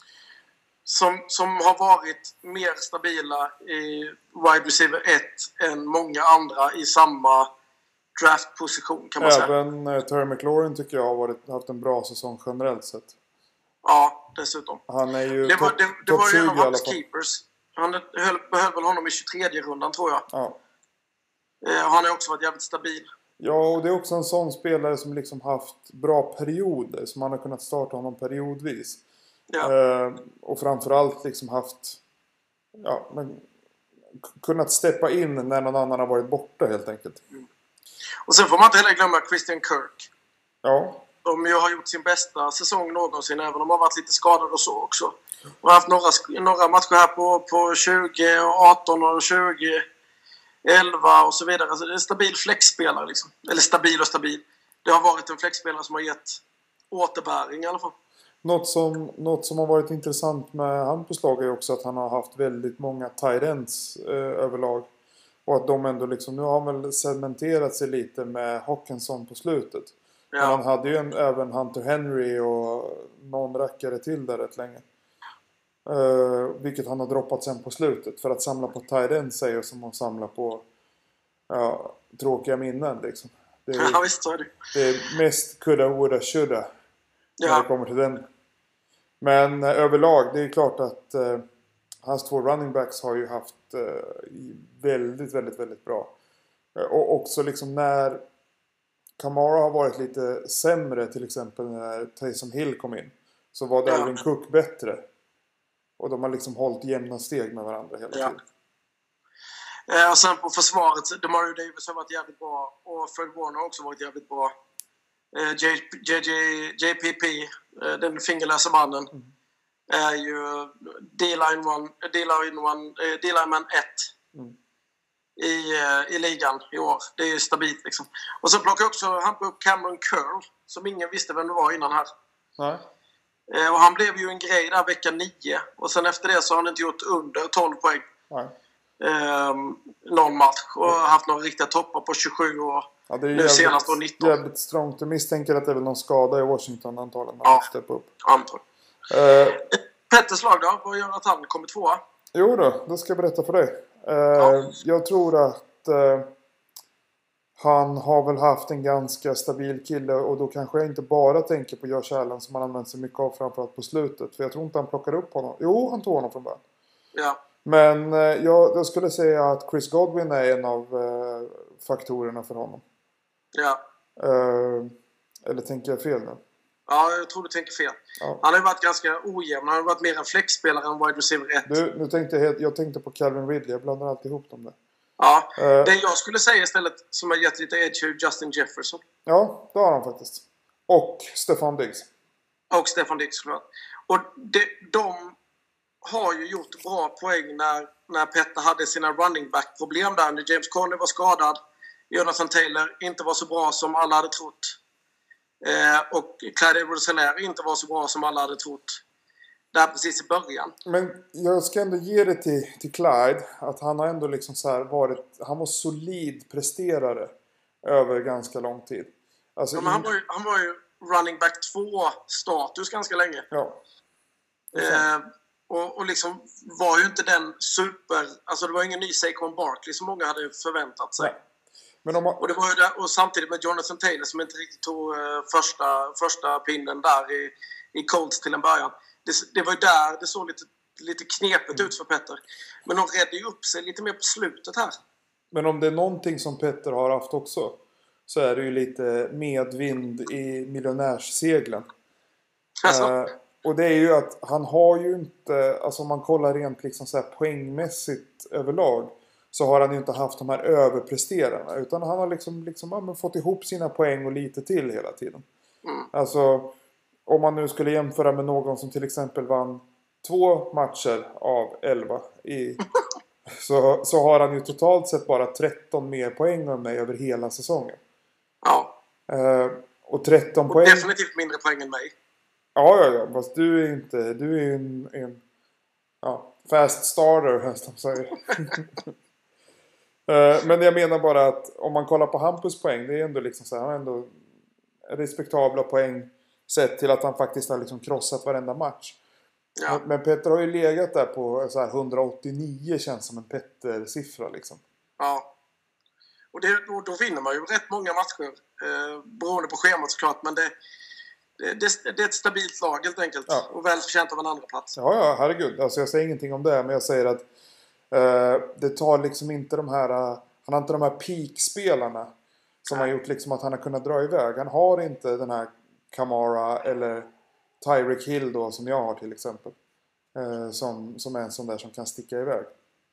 Som har varit mer stabila i wide receiver 1 än många andra i samma draftposition kan man säga. Även Terry McLaurin tycker jag har haft en bra säsong generellt sett. Ja, dessutom. Han är ju det var ju en av hans fall. keepers. Han behöll väl honom i 23:e rundan tror jag. Ja. Han har också varit jävligt stabil. Ja, och det är också en sån spelare som liksom haft bra perioder. Som man har kunnat starta honom periodvis. Ja. Och framförallt liksom haft... Ja, men kunnat steppa in när någon annan har varit borta helt enkelt. Och sen får man inte heller glömma Christian Kirk. Ja. De ju har gjort sin bästa säsong någonsin, även om de har varit lite skadade och så också. De har haft några matcher här på 20, och 18 och 20, 11 och så vidare. Alltså det är en stabil flexspelare liksom. Eller stabil. Det har varit en flexspelare som har gett återbäring i alla fall. Något som har varit intressant med Hampus lag är också att han har haft väldigt många tight ends överlag. Och att de ändå liksom, nu har han väl cementerat sig lite med Hawkinson på slutet. Ja. Men han hade ju även Hunter Henry och någon rackare till där rätt länge. Vilket han har droppat sen på slutet. För att samla på tight ends säger som att samla på tråkiga minnen liksom. Ja, visst så är det. Det är mest coulda, woulda, shoulda. När det kommer till den. Men överlag, det är klart att hans 2 running backs har ju haft väldigt, väldigt, väldigt bra. Och också liksom när Kamara har varit lite sämre, till exempel när Taysom Hill kom in, så var Dalvin Cook bättre. Och de har liksom hållit jämna steg med varandra hela tiden. Och sen på försvaret, DeMario Davis har varit jävligt bra. Och Fred Warner har också varit jävligt bra. JPP, den fingerlösa mannen, är ju D-lineman 1 i ligan i år. Det är ju stabilt liksom. Och så plockar han upp Cameron Curl, som ingen visste vem det var innan här. Nej. Och han blev ju en grej där vecka 9. Och sen efter det så har han inte gjort under 12 poäng. Nej. Någon match. Och haft några riktiga toppar på 27 år. Ja, det är nu senast då 19. Jävligt strångt. Du misstänker att det är väl någon skada i Washington antagligen. Antagligen. Petters lag då? Vad gör att han kommer 2? Jo då ska jag berätta för dig. Jag tror att han har väl haft en ganska stabil kille. Och då kanske jag inte bara tänker på Josh Allen som han använt sig mycket av framförallt på slutet. För jag tror inte han plockar upp honom. Jo, han tog honom från början. Ja. Men jag skulle säga att Chris Godwin är en av faktorerna för honom. Ja. Eller tänker jag fel nu? Ja, jag tror du tänker fel. Ja. Han har ju varit ganska ojämn. Han har varit mer en flexspelare än wide receiver 1. Nu tänkte jag tänkte på Calvin Ridley. Jag blandar alltid ihop dem där. Ja, det jag skulle säga istället som har gett lite edge är Justin Jefferson. Ja, det har han faktiskt. Och Stefan Diggs. Och Stefan Diggs, såklart. Och de har ju gjort bra poäng när Petter hade sina running back-problem där. När James Conner var skadad. Jonathan Taylor inte var så bra som alla hade trott. Och Clyde Edwards-Helaire inte var så bra som alla hade trott. Där precis i början. Men jag ska ändå ge det till Clyde. Att han har ändå liksom så här han var solid presterare över ganska lång tid. Alltså men han var ju running back 2-status ganska länge. Ja. Och liksom var ju inte den super... Alltså det var ingen ny Saquon Barkley som många hade förväntat sig. Nej. Men och det var ju där, och samtidigt med Jonathan Taylor som inte riktigt tog första pinnen där i Colts till en början. Det var ju där det såg lite knepet ut för Petter. Men de redde ju upp sig lite mer på slutet här. Men om det är någonting som Petter har haft också, så är det ju lite medvind i miljonärsseglen. Alltså. Och det är ju att han har ju inte, alltså om man kollar rent liksom så här poängmässigt överlag, så har han ju inte haft de här överpresterarna. Utan han har liksom fått ihop sina poäng och lite till hela tiden. Alltså, om man nu skulle jämföra med någon som till exempel vann 2 matcher av 11 så har han ju totalt sett bara 13 mer poäng än mig över hela säsongen. Ja. Och 13 poäng... Definitivt mindre poäng än mig. Ja. Fast du är ju en fast starter, nästan säger. Men jag menar bara att om man kollar på Hampus poäng, det är ändå liksom så här, han har ändå respektabla poäng sett till att han faktiskt har liksom krossat varenda match. Ja. Men Petter har ju legat där på så här 189, känns som en Petter-siffra liksom. Ja. Och då vinner man ju rätt många matcher. Beroende på schemat såklart. Men det är ett stabilt lag helt enkelt. Ja. Och väl förtjänt av en andra plats. Ja, herregud. Alltså jag säger ingenting om det. Men jag säger att det tar liksom inte de här... Han har inte de här peak-spelarna som har gjort liksom att han har kunnat dra iväg. Han har inte den här Kamara eller Tyreek Hill då, som jag har till exempel. Som är en sån där som kan sticka iväg.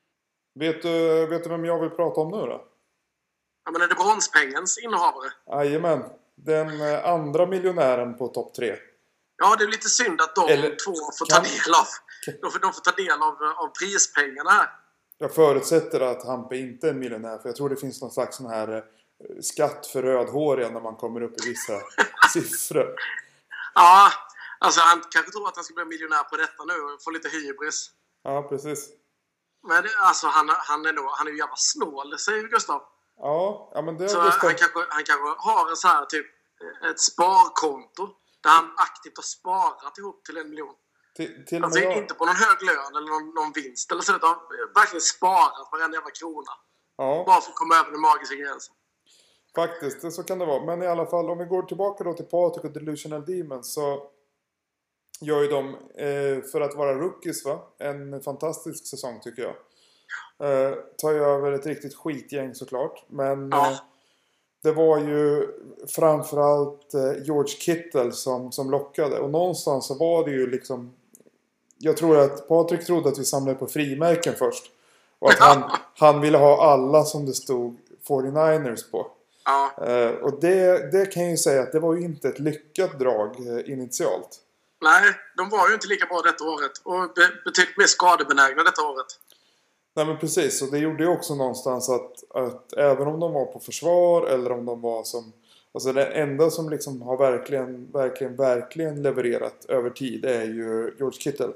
Vet du vem jag vill prata om nu då? Ja, men är det bronspengens innehavare? Jajamän. Den andra miljonären på topp 3. Ja, det är lite synd att de två får ta del av. De får ta del av prispengarna här. Jag förutsätter att Hampe inte är en miljonär. För jag tror det finns någon slags sån här skatt för rödhåriga när man kommer upp i vissa siffror. Ja, alltså han kanske tror att han ska bli miljonär på detta nu och få lite hybris. Ja, precis. Men alltså han är ju jävla snål, säger Gustav. Ja, men det är så han kanske har en så här typ ett sparkonto där han aktivt har sparat ihop till 1 miljon. Alltså inte på någon hög lön eller någon vinst eller så, utan verkligen sparat varenda jävla krona. Ja. Bara för att komma över den magiska gränsen. Faktiskt, så kan det vara. Men i alla fall, om vi går tillbaka då till Patrik och Delusional Demons, så gör ju de, för att vara rookies, en fantastisk säsong tycker jag. Tar ju över ett riktigt skitgäng såklart. Men det var ju framförallt George Kittle som lockade. Och någonstans så var det ju liksom... Jag tror att Patrik trodde att vi samlade på frimärken först. Och att han ville ha alla som det stod 49ers på. Ja. Och det kan jag ju säga att det var ju inte ett lyckat drag initialt. Nej, de var ju inte lika bra detta året. Och betydligt mer skadebenägna detta året. Nej, men precis. Och det gjorde ju också någonstans att även om de var på försvar eller om de var som... Alltså det enda som liksom har verkligen levererat över tid är ju George Kittle.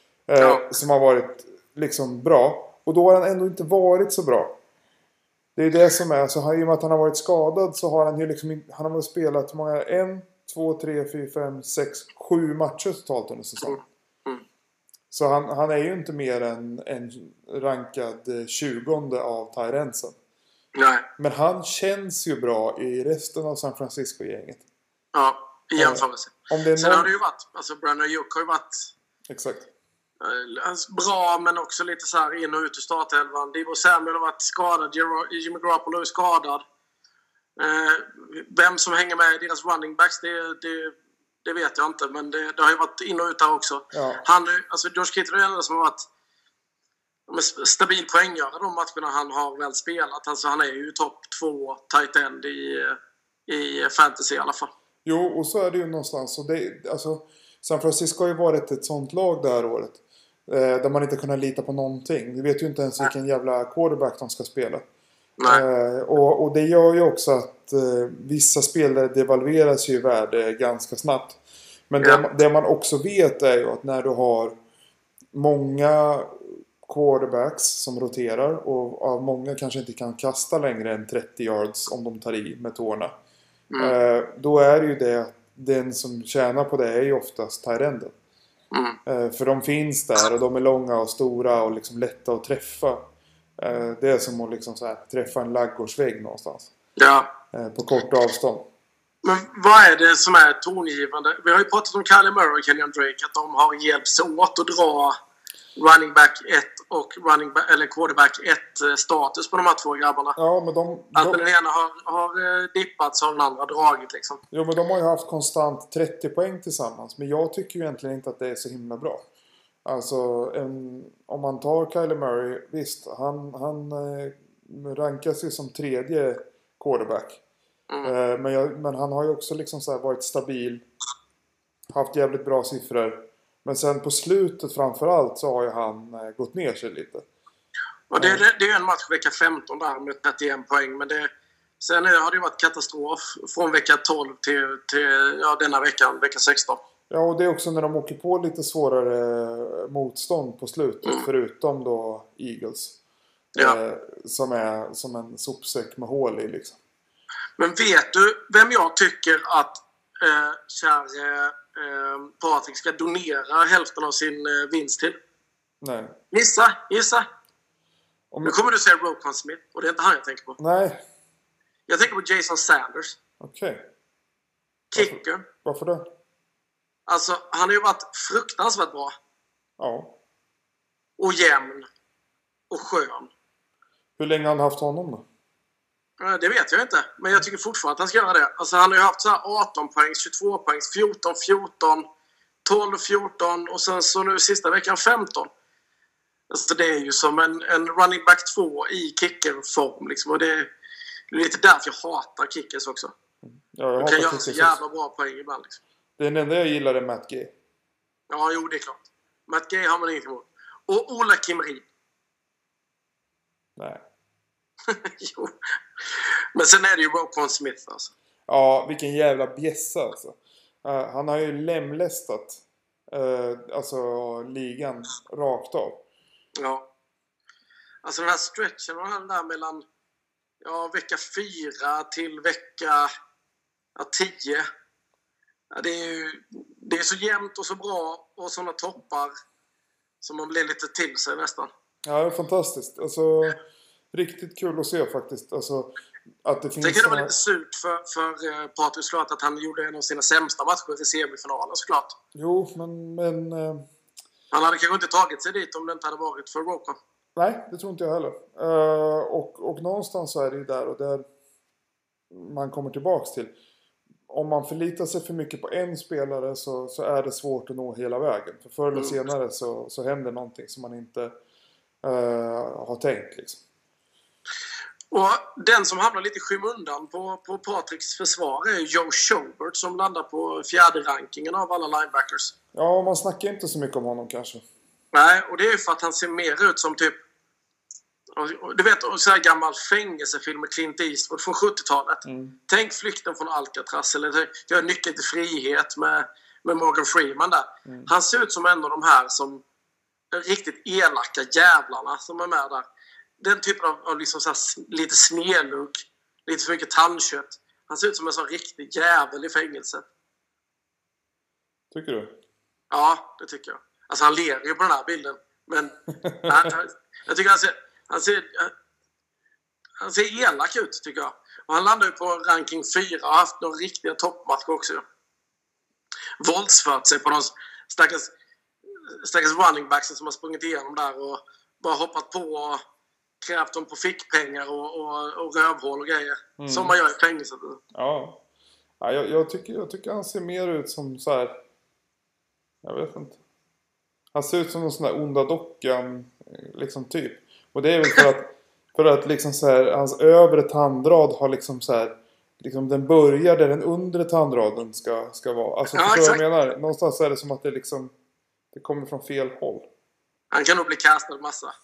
Som har varit liksom bra. Och då har han ändå inte varit så bra. Det är det som är. Så i och med att han har varit skadad så har han ju liksom... Han har väl spelat hur många... 1, 2, 3, 4, 5, 6, 7 matcher totalt under säsongen. Så han är ju inte mer än en rankad 20:e av Tyrensen. Nej. Men han känns ju bra i resten av San Francisco-gänget. Ja, i jämförelse. Sen har det ju varit... Alltså Brandon Ayuk har ju varit... Exakt. bra, men också lite så här in och ut ur startelvan. Deebo Samuel har varit skadad. Jimmy Garoppolo är skadad. Vem som hänger med i deras running backs, det vet jag inte. Men det har ju varit in och ut här också. Ja. George Kittle är den enda som har varit stabil poänggörare de matcherna han har väl spelat. Alltså han är ju topp 2 tight end i fantasy i alla fall. Jo, och så är det ju någonstans. Och San Francisco har ju varit ett sånt lag det här året. Där man inte kunnat lita på någonting. Vi vet ju inte ens vilken jävla quarterback de ska spela. Och det gör ju också att vissa spelare devalveras ju i värde ganska snabbt. Men det man också vet är ju att när du har många quarterbacks som roterar och av många kanske inte kan kasta längre än 30 yards om de tar i med tårna. Då är det ju det, den som tjänar på det är ju oftast tight enden. För de finns där och de är långa och stora och liksom lätta att träffa. Det är som att liksom så här, träffa en laggårdsvägg någonstans. Ja. På kort avstånd. Men vad är det som är tongivande? Vi har ju pratat om Kyler Murray och Kenyon Drake, att de har hjälpts åt att dra running back 1 och quarterback 1 status på de här två grabbarna. Ja, men att den ena har dippats och den andra dragit liksom. Jo, men de har ju haft konstant 30 poäng tillsammans. Men jag tycker ju egentligen inte att det är så himla bra. Alltså, om man tar Kyler Murray, visst, han rankas ju som 3:e quarterback. Men han har ju också liksom så här varit stabil. Haft jävligt bra siffror. Men sen på slutet framförallt så har ju han gått ner sig lite. Och det är ju en match vecka 15 där med 31 poäng. Men sen har det varit katastrof från vecka 12 till denna veckan, vecka 16. Ja, och det är också när de åker på lite svårare motstånd på slutet. Förutom då Eagles. Som är som en sopsäck med hål i liksom. Men vet du vem jag tycker att Patrik ska donera hälften av sin vinst till? Nej. Gissa. Nu kommer du säga Roquan Smith, och det är inte han jag tänker på. Nej. Jag tänker på Jason Sanders. Okej. Kicker. Varför det? Alltså, han har ju varit fruktansvärt bra. Ja. Och jämn. Och skön. Hur länge har han haft honom då? Det vet jag inte. Men jag tycker fortfarande att han ska göra det. Alltså, han har ju haft så här 18 poängs, 22 poängs, 14, 14, 12, 14 och sen så nu sista veckan 15. Alltså, det är ju som en running back 2 i kickerform liksom. Och det är lite därför jag hatar kickers också. Ja, jag kan göra så jävla bra poäng ibland liksom. Den enda jag gillar är Matt Gay. Ja, jo, det är klart. Matt Gay har man inget emot. Och Ola Kimrin. Nej. Jo. Men sen är det ju Roquan Smith alltså. Ja, vilken jävla bjässa alltså. Han har ju lämlästat ligan rakt av. Ja. Alltså den här stretchen och den där mellan vecka 4 till vecka 10. Ja, det är så jämnt och så bra och sådana toppar som man blir lite till sig nästan. Ja, det är fantastiskt. Alltså, riktigt kul att se faktiskt. Alltså, att det finns. Det kan vara lite surt för Patrik såklart att han gjorde en av sina sämsta matcher i semifinalen såklart. Jo, men han hade kanske inte tagit sig dit om det inte hade varit för Roquan. Nej, det tror inte jag heller. Och någonstans så är det ju där och där man kommer tillbaks till. Om man förlitar sig för mycket på en spelare så är det svårt att nå hela vägen. För förr eller senare så händer någonting som man inte har tänkt liksom. Och den som hamnar lite i skymundan på Patriks försvar är Joe Schobert som landar på 4:e rankingen av alla linebackers. Ja, man snackar inte så mycket om honom kanske. Nej, och det är ju för att han ser mer ut som typ, du vet, så här gammal fängelsefilm med Clint Eastwood från 70-talet. Tänk Flykten från Alcatraz eller jag har Nyckeln till frihet med Morgan Freeman där. Han ser ut som en av de här som riktigt elaka jävlarna som är med där. Den typen av liksom så här, lite snedlugg, lite för mycket tandkött. Han ser ut som en sån riktig jävel i fängelset. Tycker du? Ja, det tycker jag. Alltså han ler ju på den här bilden. Men jag tycker han ser elak ut tycker jag. Och han landar ju på ranking 4 och har haft några riktiga toppmatcher också. Våldsfört sig på de stackars stackars running backsen som har sprungit igenom där och bara hoppat på och krävt dem på fickpengar och rövhål och grejer. Som man gör i fängelset. Ja. Jag tycker han ser mer ut som så här. Jag vet inte. Han ser ut som någon sån där onda dockan liksom typ. Och det är väl för att liksom så här, hans övre tandrad har liksom så här, liksom den börjar där den undre tandraden ska vara. Alltså ja, vad jag menar. Någonstans är det som att det liksom det kommer från fel håll. Han kan nog bli kastad massa.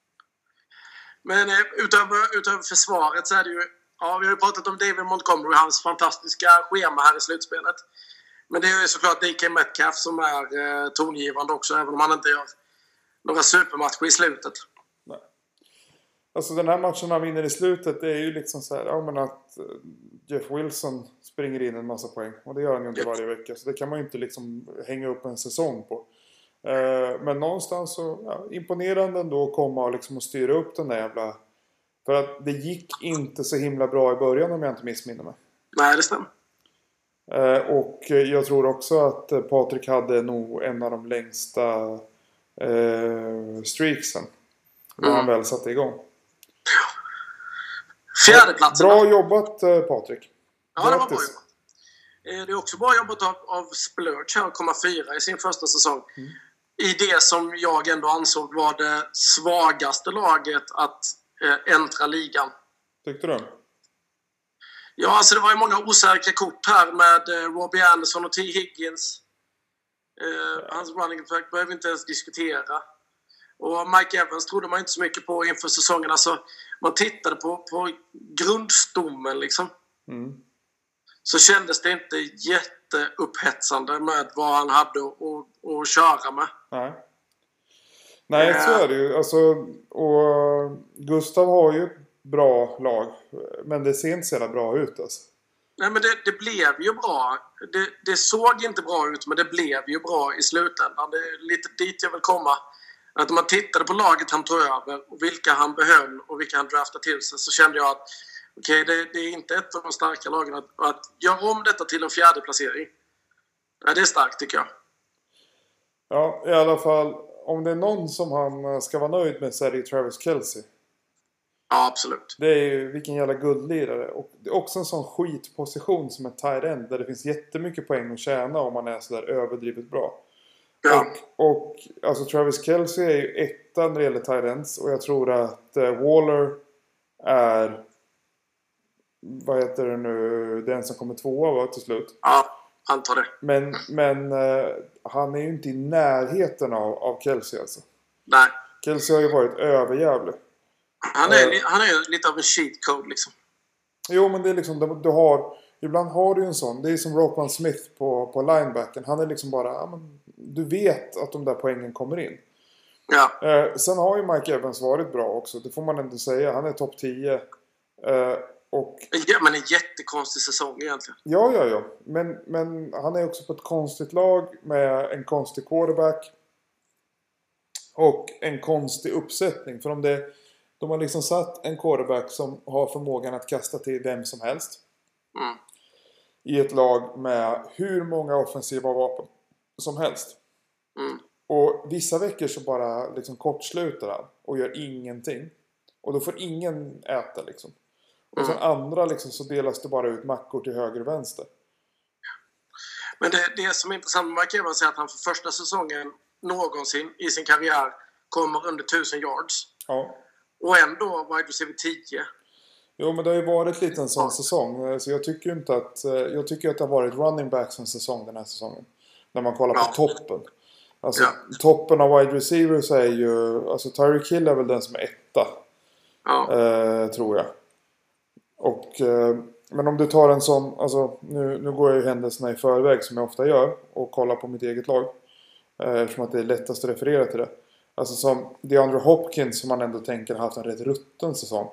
Men utöver försvaret så är det ju... Ja, vi har ju pratat om David Montgomery, hans fantastiska schema här i slutspelet. Men det är ju såklart DK Metcalf som är tongivande också, även om han inte gör några supermatcher i slutet. Nej. Alltså den här matchen han vinner i slutet, det är ju liksom så här, ja men att Jeff Wilson springer in en massa poäng. Och det gör han ju inte varje vecka, så det kan man ju inte liksom hänga upp en säsong på. Men någonstans så imponerande ändå att komma och liksom styra upp den där jävla... För att det gick inte så himla bra i början om jag inte missminner mig. Nej, det stämmer. Och jag tror också att Patrik hade nog en av de längsta streaksen. När han väl satte igång. Fjärdeplatsen. Bra jobbat Patrik. Ja, det var bra jobbat. Det är också bra jobbat av Splurge här att komma 4 i sin första säsong. I det som jag ändå ansåg var det svagaste laget att äntra ligan. Tyckte du? Ja, alltså det var ju många osäkra kort här med Robbie Anderson och T. Higgins. Hans running back behöver vi inte ens diskutera. Och Mike Evans trodde man inte så mycket på inför säsongen. Alltså, man tittade på grundstommen liksom. Så kändes det inte jätteupphetsande med vad han hade att köra med. Nej, så är det ju. Alltså, och Gustav har ju ett bra lag. Men det ser inte så bra ut alltså. Nej, men det blev ju bra. Det såg inte bra ut, men det blev ju bra i slutändan. Det är lite dit jag vill komma. Att om man tittade på laget han tog över och vilka han behöll och vilka han draftade till sig, så kände jag att okej, det är inte ett av de starka lagen att göra om detta till en 4:e placering. Ja, det är starkt tycker jag. Ja, i alla fall om det är någon som han ska vara nöjd med så är det Travis Kelce. Ja, absolut. Det är ju vilken jävla guldlirare. Och det är också en sån skitposition som en tight end där det finns jättemycket poäng att tjäna om man är sådär överdrivet bra. Ja. Och alltså Travis Kelce är ju etta när det gäller tight ends. Och jag tror att Waller är, vad heter det nu, den som kommer 2 till slut. Ja, antar det. Men han är ju inte i närheten av Kelce alltså. Nej. Kelce har ju varit överjävlig. Han är lite av en cheat code liksom. Jo, men det är liksom, du har, ibland har du ju en sån. Det är som Roquan Smith på linebacken. Han är liksom bara, ja, men, du vet att de där poängen kommer in. Ja. Sen har ju Mike Evans varit bra också. Det får man ändå säga. Han är topp 10. Men en jättekonstig säsong egentligen. Ja. Men han är också på ett konstigt lag med en konstig quarterback. Och en konstig uppsättning. För om de har liksom satt en quarterback som har förmågan att kasta till vem som helst. I ett lag med hur många offensiva vapen som helst. Och vissa veckor så bara liksom kortslutar han och gör ingenting. Och då får ingen äta liksom. Och sen andra liksom så delas det bara ut mackor till höger och vänster. Men det som är intressant med Mike Evans är att han för första säsongen någonsin i sin karriär kommer under 1000 yards. Ja. Och ändå wide receiver 10. Jo, men det har ju varit lite en sån säsong. Så jag tycker inte att... Jag tycker att det har varit running backs en säsong den här säsongen. När man kollar på toppen. Alltså toppen av wide receivers är ju... Alltså Tyreek Hill är väl den som är etta. Tror jag. Och... men om du tar en sån... Alltså nu går jag ju händelserna i förväg som jag ofta gör. Och kollar på mitt eget lag. Eftersom att det är lättast att referera till det. Alltså som DeAndre Hopkins som man ändå tänker har haft en rätt rutten säsong.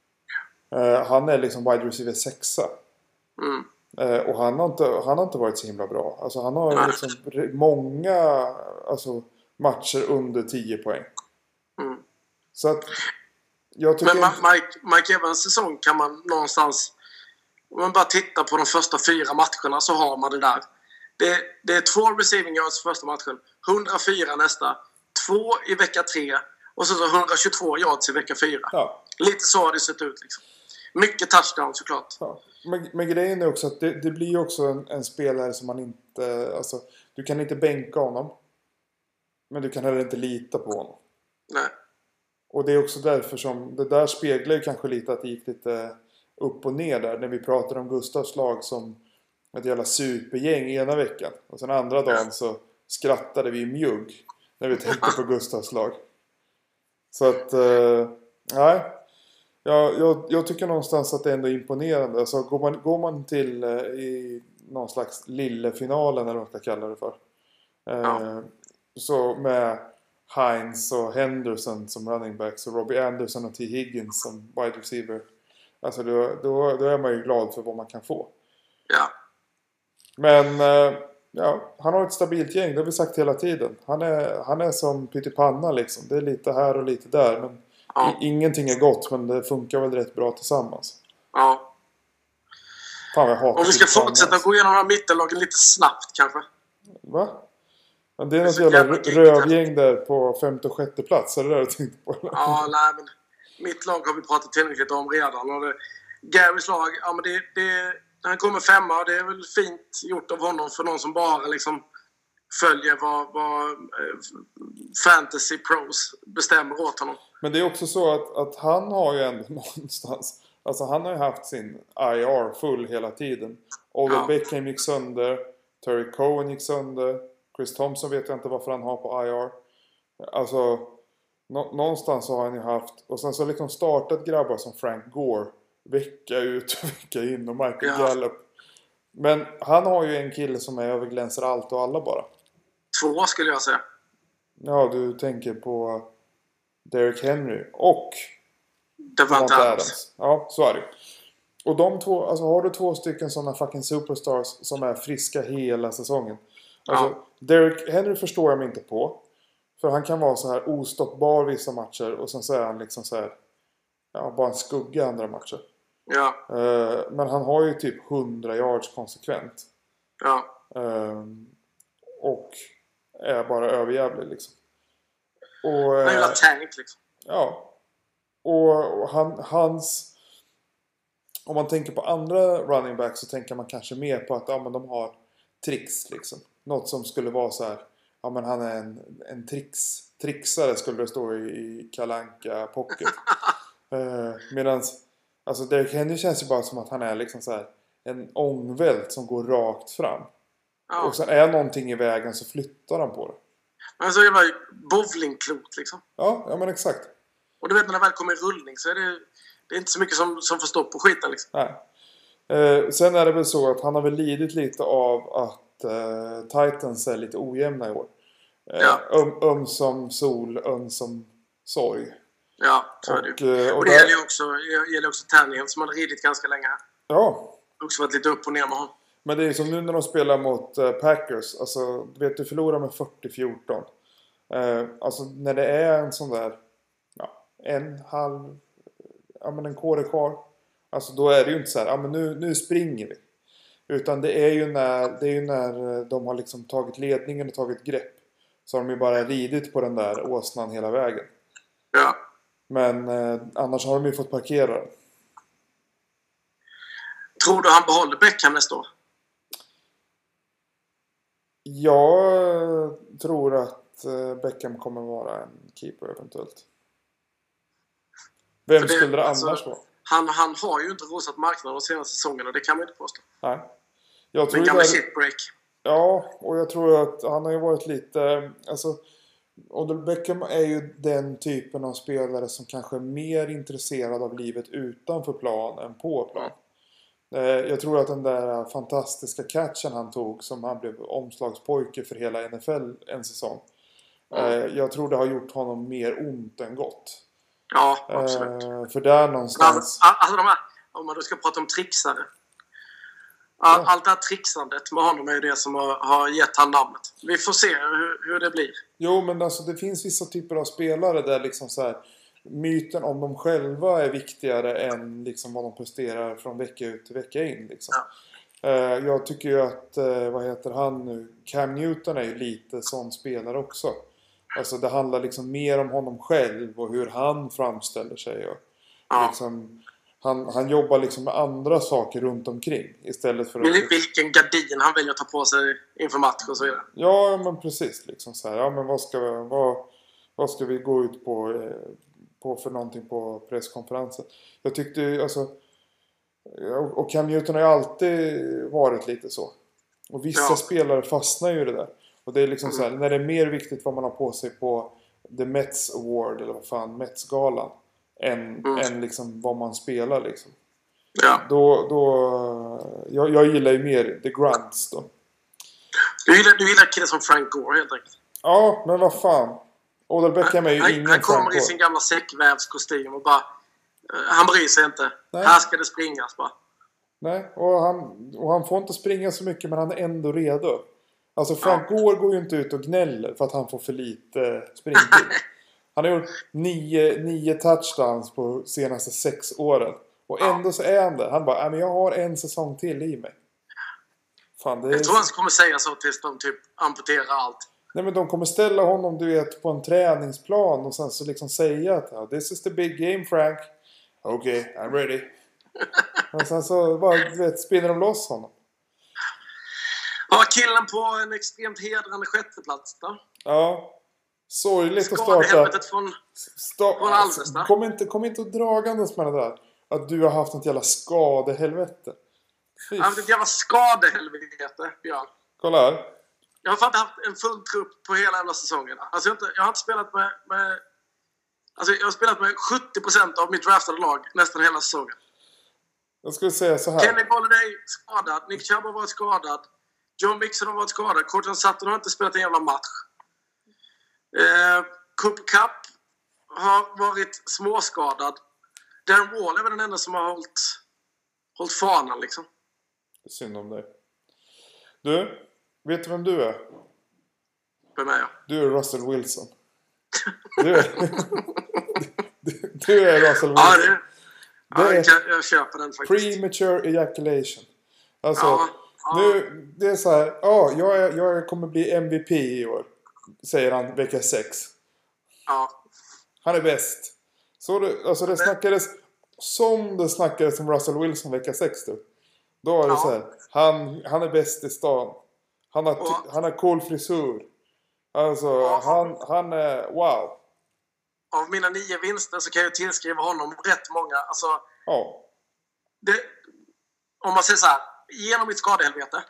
Han är liksom wide receiver 6. Och han har inte varit så himla bra. Alltså han har liksom många matcher under 10 poäng. Så att jag tycker... Men Mike Evans säsong kan man någonstans... Om man bara tittar på de första 4 matcherna så har man det där. Det är 2 receiving yards första matchen, 104 nästa, 2 i vecka 3 och så 122 yards i vecka 4. Ja. Lite så har det sett ut liksom. Mycket touchdown såklart. Ja. Men grejen är också att det blir ju också en spelare som man inte... Alltså, du kan inte bänka honom. Men du kan heller inte lita på honom. Nej. Och det är också därför som... Det där speglar ju kanske lite att det gick lite upp och ner där. När vi pratade om Gustavs lag som ett jävla supergäng ena veckan. Och sen andra dagen så skrattade vi mjugg när vi tänkte på Gustavs lag. Så att... nej. Jag tycker någonstans att det är ändå imponerande. Alltså går man till i någon slags lillefinalen eller vad man ska kalla det för. Så med Hines och Henderson som running backs och Robbie Anderson och T. Higgins som wide receiver. Alltså då är man ju glad för vad man kan få. Ja. Men han har ett stabilt gäng, det har vi sagt hela tiden. Han är som pyttipanna liksom. Det är lite här och lite där, men ingenting är gott, men det funkar väl rätt bra tillsammans. Ja. Fan, jag hatar om vi ska fortsätta gå igenom de här mittenlagen lite snabbt kanske. Va? Men det är något jävla rövgäng där på 5:e och 6:e plats. Är det där du tänkte på? Ja, nej men mitt lag har vi pratat tillräckligt om redan. Och Garys lag, ja men han kommer 5:a och det är väl fint gjort av honom för någon som bara liksom följer vad Fantasy Pros bestämmer åt honom. Men det är också så att han har ju ändå någonstans... Alltså han har ju haft sin IR full hela tiden. Odell Beckham gick sönder. Terry Cohen gick sönder. Chris Thompson vet jag inte varför han har på IR. Alltså någonstans har han ju haft... Och sen så liksom startat grabbar som Frank Gore. Vecka ut och vecka in. Och Michael Gallup. Men han har ju en kille som är överglänser allt och alla bara. 2 skulle jag säga. Ja, du tänker på Derrick Henry och Davante Adams. Ja, så är det. Och de två, alltså har du 2 stycken sådana fucking superstars som är friska hela säsongen. Alltså, Derrick Henry förstår jag mig inte på. För han kan vara så här ostoppbar vissa matcher och sen så är han liksom så här, bara en skugga andra matcher. Ja. Men han har ju typ 100 yards konsekvent. Ja. Och är bara överjävlig liksom. Och han gillar tank liksom. Ja. Och hans... Om man tänker på andra running backs så tänker man kanske mer på att men de har tricks liksom. Något som skulle vara så här, men han är en trixare skulle det stå i Kalle Anka pocket. Medans alltså Derrick Henry känns ju bara som att han är liksom så här en ångvält som går rakt fram. Ja. Och sen är någonting i vägen så flyttar han på det. Men så är det bara bowlingklot liksom. Ja, men exakt. Och du vet när det väl kommer i rullning så är det är inte så mycket som får stopp på skiten liksom. Nej. Sen är det väl så att han har väl lidit lite av att Titans är lite ojämna i år. Som sol, som sorg. Ja, så är det. Och det gäller ju också Tannehill som har ridit ganska länge. Ja. Också varit lite upp och ner med honom. Men det är som nu när de spelar mot Packers. Alltså, du förlorar med 40-14. Alltså, när det är en sån där... en quarter kvar. Alltså, då är det ju inte så här... men nu springer vi. Utan det är ju när de har liksom tagit ledningen och tagit grepp. Så har de ju bara ridit på den där åsnan hela vägen. Ja. Men annars har de ju fått parkera den. Tror du han behåller Beckham nästa år? Jag tror att Beckham kommer vara en keeper eventuellt. Vem skulle det annars vara? Han har ju inte rosat marknaden de senaste säsongerna, det kan man inte påstå. Nej. Jag tror gamla shitbreak. Ja, och jag tror att han har ju varit lite... Alltså, Odell Beckham är ju den typen av spelare som kanske är mer intresserad av livet utanför plan än på plan. Jag tror att den där fantastiska catchen han tog, som han blev omslagspojke för hela NFL en säsong. Jag tror det har gjort honom mer ont än gott. Ja, absolut. För där någonstans... Alltså om man då ska prata om trixare. Allt det här trixandet med honom är ju det som har gett han namnet. Vi får se hur det blir. Jo, men alltså det finns vissa typer av spelare där liksom så här, myten om dem själva är viktigare än liksom vad de presterar från vecka ut till vecka in liksom. Jag tycker ju att, vad heter han nu? Cam Newton är ju lite sån spelare också. Alltså det handlar liksom mer om honom själv och hur han framställer sig. Och liksom, han jobbar liksom med andra saker runt omkring istället för att... Vilken gardin han väljer att ta på sig inför match och så vidare. Ja, men precis. Liksom så här, ja, men vad ska vi gå ut på för någonting på presskonferensen? Jag tyckte alltså... Och Cam Newton har ju alltid varit lite så. Och vissa spelare fastnar ju i det där. Och det är liksom så här, när det är mer viktigt vad man har på sig på The Mets Award eller vad fan, Mets-galan än liksom vad man spelar liksom. Ja. Jag gillar ju mer The Grunts då. Du gillar killar som Frank Gore helt enkelt. Ja, men vad fan. Odell Beckham är ju ingen Frank Gore. Han kommer i sin gamla säckvävskostym och bara... Han bryr sig inte. Nej. Här ska det springas bara. Nej, och han får inte springa så mycket, men han är ändå redo. Alltså Frank Gore går ju inte ut och gnäller för att han får för lite springtid. Han har gjort 9 touchdowns på senaste 6 åren. Och ändå så är han det. Han bara, men jag har en säsong till i mig. Fan, jag tror han kommer säga så tills de typ amputerar allt. Nej, men de kommer ställa honom, du vet, på en träningsplan och sen så liksom säga att this is the big game, Frank. Okay, I'm ready. Och sen så bara, du vet, spinner de loss honom. Ja, killen på en extremt hedrande sjätteplats då. Ja. Sorgligt att starta. Skadehelvetet från Alvesta. Kom inte och dragandes med det där. Att du har haft ett jävla skadehelvete. Jag har haft ett jävla skadehelvete, Björn. Kolla här. Jag har fan haft en full trupp på hela jävla säsongen. Alltså jag har inte spelat med... Alltså jag har spelat med 70% av mitt draftade lag nästan hela säsongen. Jag skulle säga så här. Kenny Golladay skadad. Nick Chubb har varit skadad. John Mixon har varit skadad. Cortland Sutton har inte spelat en jävla match. Cooper Kupp har varit småskadad. Darren Wall är väl den enda som har hållit fanan liksom. Synd om dig. Du, vet du vem du är? Vem är jag? Du är Russell Wilson. Du är Russell Wilson. Jag köper den faktiskt. Premature ejaculation. Alltså, nu, det är så här. Jag kommer bli MVP i år. Säger han vecka 6. Ja. Han är bäst. Så det snackades om Russell Wilson vecka 6 då. Då var det så här. Han är bäst i stan. Han har cool frisyr. Alltså, han är wow. Av mina 9 vinster så kan jag tillskriva honom rätt många. Alltså, om man säger så här, genom mitt skadehelvete.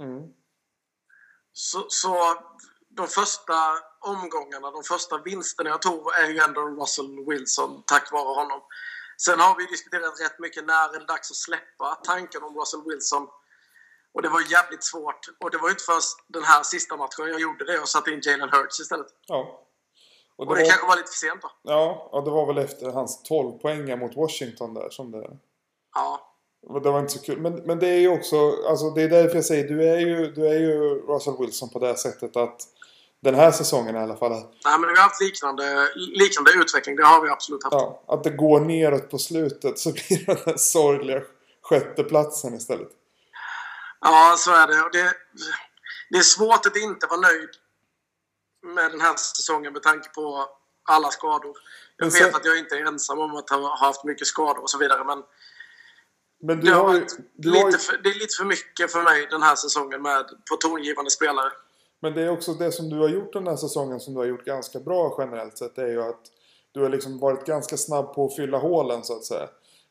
Så de första omgångarna, de första vinsterna jag tog är ju ändå Russell Wilson tack vare honom. Sen har vi diskuterat rätt mycket när det är dags att släppa tanken om Russell Wilson. Och det var jävligt svårt. Och det var ju inte först den här sista matchen jag gjorde det och satte in Jalen Hurts istället. Ja. Och det kanske var lite för sent då. Ja, det var väl efter hans 12 poäng mot Washington där som det... Ja. Det var inte så kul. Men det är ju också... Alltså det är därför jag säger, du är ju Russell Wilson på det sättet att den här säsongen i alla fall... Nej, men vi har haft liknande utveckling. Det har vi absolut haft. Ja, att det går neråt på slutet så blir det den här sorgliga 6:e platsen istället. Ja, så är det. Och det är svårt att inte vara nöjd med den här säsongen med tanke på alla skador. Jag vet att jag inte är ensam om att ha haft mycket skador och så vidare. Men det är lite för mycket för mig den här säsongen på tongivande spelare. Men det är också det som du har gjort den här säsongen som du har gjort ganska bra generellt sett. Det är ju att du har liksom varit ganska snabb på att fylla hålen så att säga.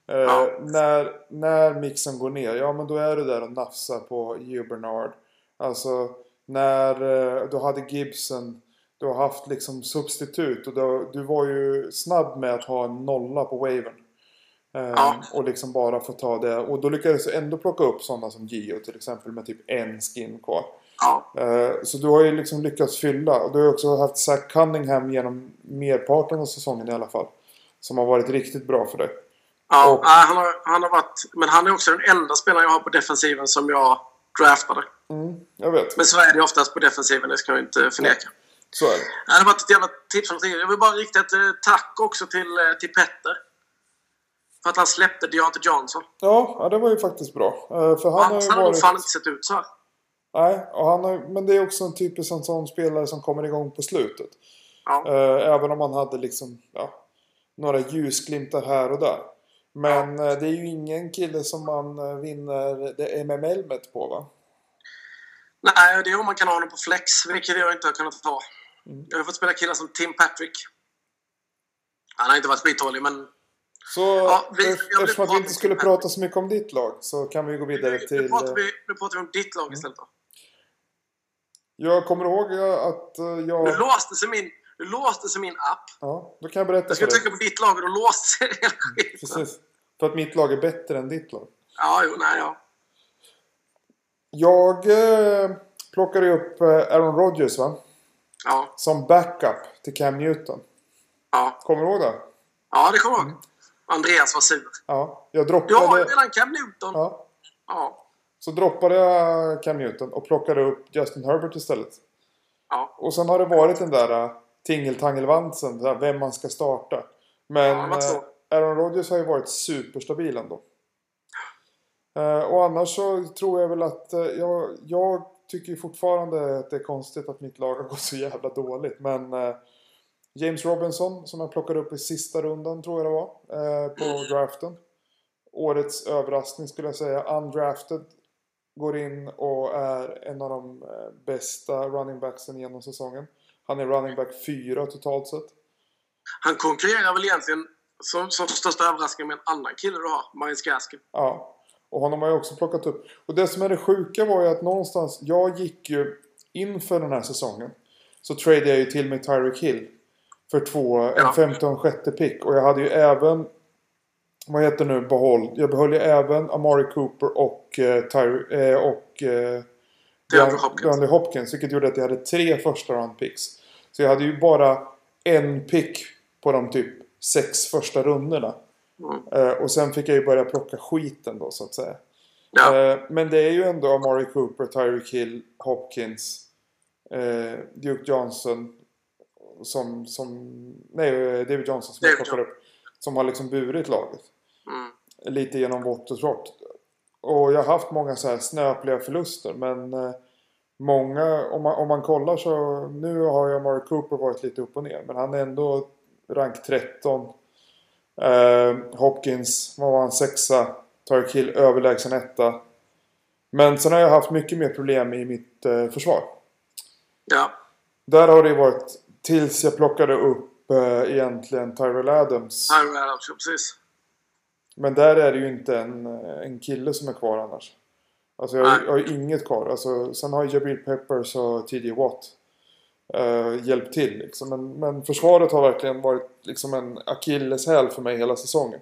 När mixen går ner, ja men då är du där och nafsar på Gio Bernard. Alltså när du hade Gibson, du har haft liksom substitut och du var ju snabb med att ha en nolla på wavern. Och liksom bara få ta det. Och då lyckades du ändå plocka upp sådana som Gio till exempel med typ en skin kvar. Så du har ju liksom lyckats fylla. Och du har också haft Zach Cunningham genom merparten av säsongen i alla fall. Som har varit riktigt bra för dig. Ja, han har varit... Men han är också den enda spelaren jag har på defensiven som jag draftade. Jag vet. Men så är det oftast på defensiven, det ska jag inte förneka. Ja, så är det. Det har varit ett jävla tips från tidigare. Jag vill bara rikta ett tack också till Petter. För att han släppte Deontay Johnson. Ja, det var ju faktiskt bra. För han har ju nog varit... fan inte sett ut så här. Nej, och men det är också en typisk sån spelare som kommer igång på slutet. Ja. Även om han hade liksom några ljusglimtar här och där. Men det är ju ingen kille som man vinner det MML-met på, va? Nej, det är om man kan ha honom på flex, vilket jag inte har kunnat ta. Jag har fått spela killar som Tim Patrick. Han har inte varit skitdålig, men... Så eftersom att vi inte skulle prata så mycket om ditt lag så kan vi gå vidare till... Nu pratar vi om ditt lag istället då. Jag kommer ihåg att jag... Nu låste sig min app. Ja, då kan jag berätta. Jag ska trycka på ditt lag och då låste sig hela skiten. Precis. För att mitt lag är bättre än ditt lag. Ja. Jag plockade upp Aaron Rodgers, va? Ja. Som backup till Cam Newton. Ja. Kommer du ihåg det? Ja, det kommer jag ihåg. Andreas var sur. Ja, jag droppade... Du har ju redan Cam Newton. Ja. Så droppade jag Cam Newton och plockade upp Justin Herbert istället. Ja. Och sen har det varit den där tingeltangelvansen, vem man ska starta. Men Aaron Rodgers har ju varit superstabil ändå. Och annars så tror jag väl att jag tycker fortfarande att det är konstigt att mitt lag har gått så jävla dåligt. Men James Robinson som jag plockade upp i sista rundan tror jag det var på draften. Årets överraskning skulle jag säga. Undrafted. Går in och är en av de bästa running backsen genom säsongen. Han är running back 4 totalt sett. Han konkurrerar väl egentligen som största överraskning med en annan kille du har, Myles Gaskin. Ja, och honom har jag också plockat upp. Och det som är det sjuka var ju att någonstans, jag gick ju inför den här säsongen. Så tradade jag ju till med Tyreek Hill för en 15-6 pick. Och jag hade ju även... Vad heter nu? Jag behöll ju även Amari Cooper och DeAndre Hopkins. Vilket gjorde att jag hade 3 första round picks. Så jag hade ju bara en pick på de typ 6 första rundorna. Och sen fick jag ju börja plocka skiten då så att säga. Ja. Men det är ju ändå Amari Cooper, Tyreek Hill, Hopkins, Duke Johnson David Johnson som jag plockar upp. Som har liksom burit laget. Lite genom vått och torrt. Och jag har haft många så här snöpliga förluster. Men många, om man kollar så... Nu har jag Amari Cooper varit lite upp och ner. Men han är ändå rank 13. Hopkins, vad var han? 6:a. Tyreek Hill överlägsen 1:a. Men sen har jag haft mycket mer problem i mitt försvar. Ja. Där har det varit... Tills jag plockade upp egentligen Tyrell Adams. Precis. Men där är det ju inte en kille som är kvar annars. Alltså jag har ju inget kvar. Alltså, sen har Jabril Peppers och TJ Watt hjälpt till. Liksom. Men försvaret har verkligen varit liksom en akilleshäl för mig hela säsongen.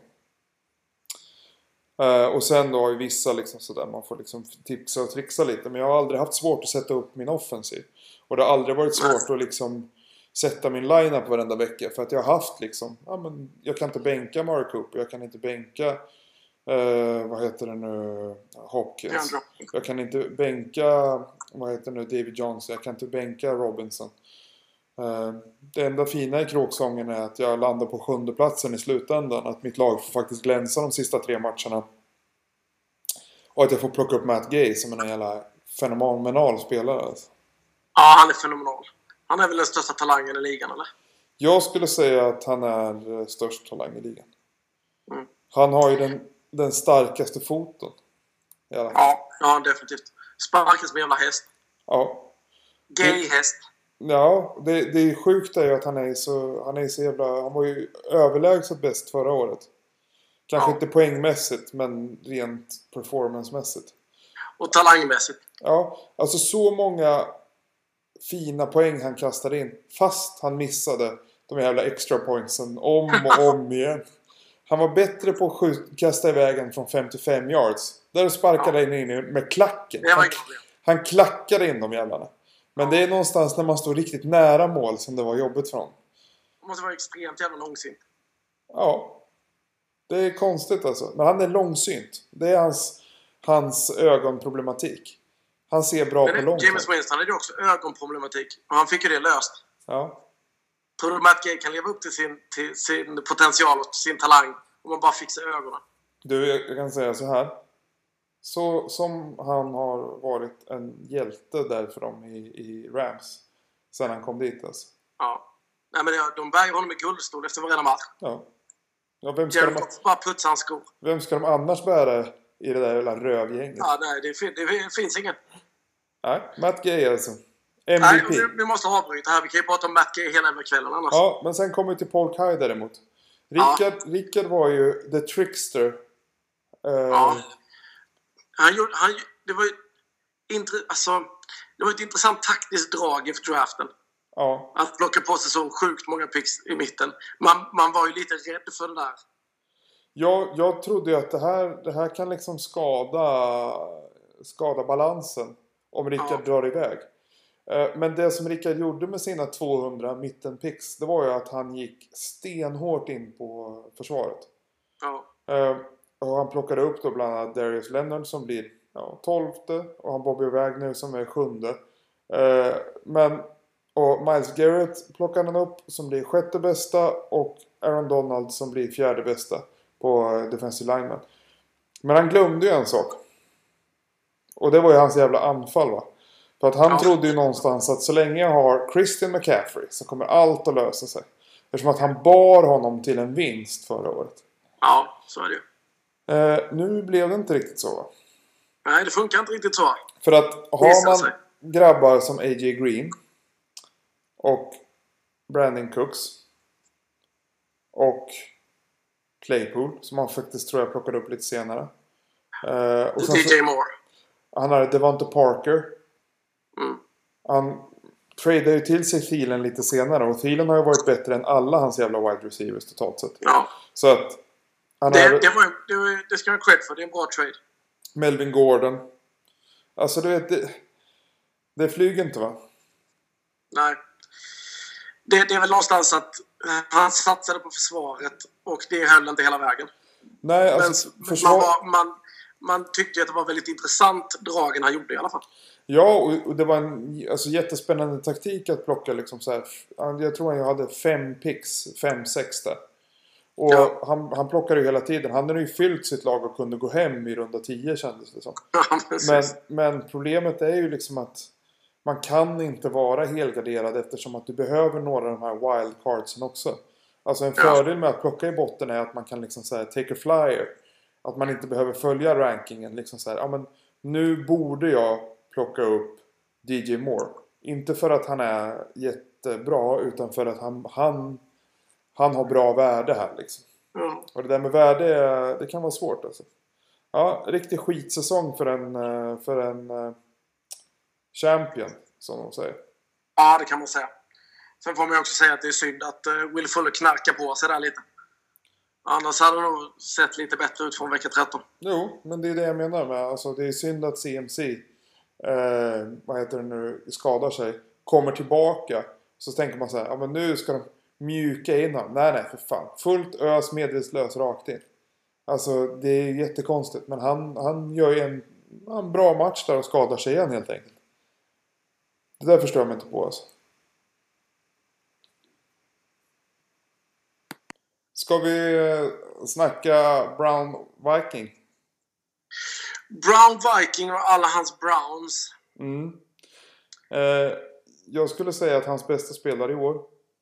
Och sen då har ju vissa liksom sådär, man får liksom tipsa och trixa lite. Men jag har aldrig haft svårt att sätta upp min offensiv. Och det har aldrig varit svårt att liksom... sätta min line-up varenda vecka. För att jag har haft liksom... jag kan inte bänka Amari Cooper. Jag kan inte bänka... vad heter det nu? Hopkins. Jag kan inte bänka... Vad heter det nu? David Johnson. Jag kan inte bänka Robinson. Det enda fina i kråksången är att jag landar på 7:e platsen i slutändan. Att mitt lag får faktiskt glänsa de sista 3 matcherna. Och att jag får plocka upp Matt Gay som en jävla fenomenal spelare. Alltså. Ja, han är fenomenal. Han är väl den största talangen i ligan, eller? Jag skulle säga att han är störst talang i ligan. Han har ju den starkaste foten. Ja, definitivt. Sparkas med jävla häst. Ja. Gay-häst. Ja, det är sjukt är ju att han är så jävla... Han var ju överlägset bäst förra året. Kanske inte poängmässigt, men rent performancemässigt. Och talangmässigt. Ja, alltså så många... fina poäng han kastade in. Fast han missade de jävla extra pointsen om och om igen. Han var bättre på att kasta iväg en från 55 yards. Där sparkade han in med klacken. Han klackade in de jävlarna. Men det är någonstans när man står riktigt nära mål som det var jobbigt för honom. Det måste vara extremt jävla långsynt. Ja. Det är konstigt alltså. Men han är långsynt. Det är hans ögonproblematik. Han ser bra på långt. James Winston hade ju också ögonproblematik. Och han fick ju det löst. Ja. Tror du Matt Gay kan leva upp till sin potential och sin talang Om man bara fixar ögonen. Du, jag kan säga så här. Så som han har varit en hjälte där för dem i Rams. Sen han kom dit alltså. Ja. Nej, men de bär honom i guldstol efter varenda match. Ja, Jared Goff bara putsar hans skor. vem ska de annars bära i det där jävla rövgänget? Ja, nej, det finns ingen. Nej, Matt Gay alltså. MVP. Nej, vi måste avbryta här. Vi kan ju prata om Matt Gay hela jävla kvällen annars. Ja, men sen kommer vi till Paul Kay däremot. Rickard var ju the trickster. Ja. Det var ett intressant taktiskt drag efter draften. Ja. Att plocka på sig så sjukt många picks i mitten. Man var ju lite rädd för det där. Jag trodde ju att det här kan liksom skada balansen om Rickard drar iväg. Men det som Rickard gjorde med sina 200 mittenpicks, det var ju att han gick stenhårt in på försvaret. Ja. Och han plockade upp då bland annat Darius Leonard som blir 12:e och han Bobby Wagner som är 7:e. Och Myles Garrett plockade han upp som blir 6:e bästa och Aaron Donald som blir 4:e bästa på defensive lineman. Men han glömde ju en sak. Och det var ju hans jävla anfall, va? För att han trodde ju någonstans att så länge jag har Christian McCaffrey så kommer allt att lösa sig. Eftersom att han bar honom till en vinst förra året. Ja, så är det ju. Nu blev det inte riktigt så, va? Nej, det funkar inte riktigt så. För att har man grabbar som A.J. Green och Brandon Cooks och Claypool, som han faktiskt tror jag plockade upp lite senare. Och sen DJ Moore. Han hade Devonta Parker. Han tradade ju till sig Thielen lite senare. Och Thielen har ju varit bättre än alla hans jävla wide receivers totalt sett. Ja. Så att det ska man cred för. Det är en bra trade. Melvin Gordon. Alltså du vet, det flyger inte, va? Nej. Det är väl någonstans att han satsade på försvaret och det höll inte hela vägen. Nej, alltså man tyckte att det var väldigt intressant dragen han gjorde i alla fall. Ja, och det var en jättespännande taktik att plocka liksom så här. Jag tror han hade 5 picks, 5-6 där. Och han plockade ju hela tiden. Han hade ju fyllt sitt lag och kunde gå hem i runda 10, kändes det som. Men problemet är ju liksom att man kan inte vara helgarderad eftersom att du behöver några av de här wildcardsen också. Alltså en fördel med att plocka i botten är att man kan liksom säga take a flyer. Att man inte behöver följa rankingen liksom så här. Ja, men nu borde jag plocka upp DJ Moore. Inte för att han är jättebra utan för att han har bra värde här liksom. Och det där med värde, det kan vara svårt alltså. Ja, riktig skitsäsong för en champion, som de säger. Ja, det kan man säga. Sen får man också säga att det är synd att Will Fuller knarkar på sig där lite. Annars hade det nog sett lite bättre ut från vecka 13. Jo, men det är det jag menar med. Alltså, det är synd att CMC skadar sig. Kommer tillbaka. Så tänker man så här, ja men nu ska de mjuka in honom. Nej, för fan. Fullt ös medvetslös rakt in. Alltså, det är jättekonstigt. Men han gör ju en bra match där och skadar sig igen helt enkelt. Det där förstår jag mig inte på alltså. Ska vi snacka Brown Viking? Brown Viking och alla hans Browns. Jag skulle säga att hans bästa spelare i år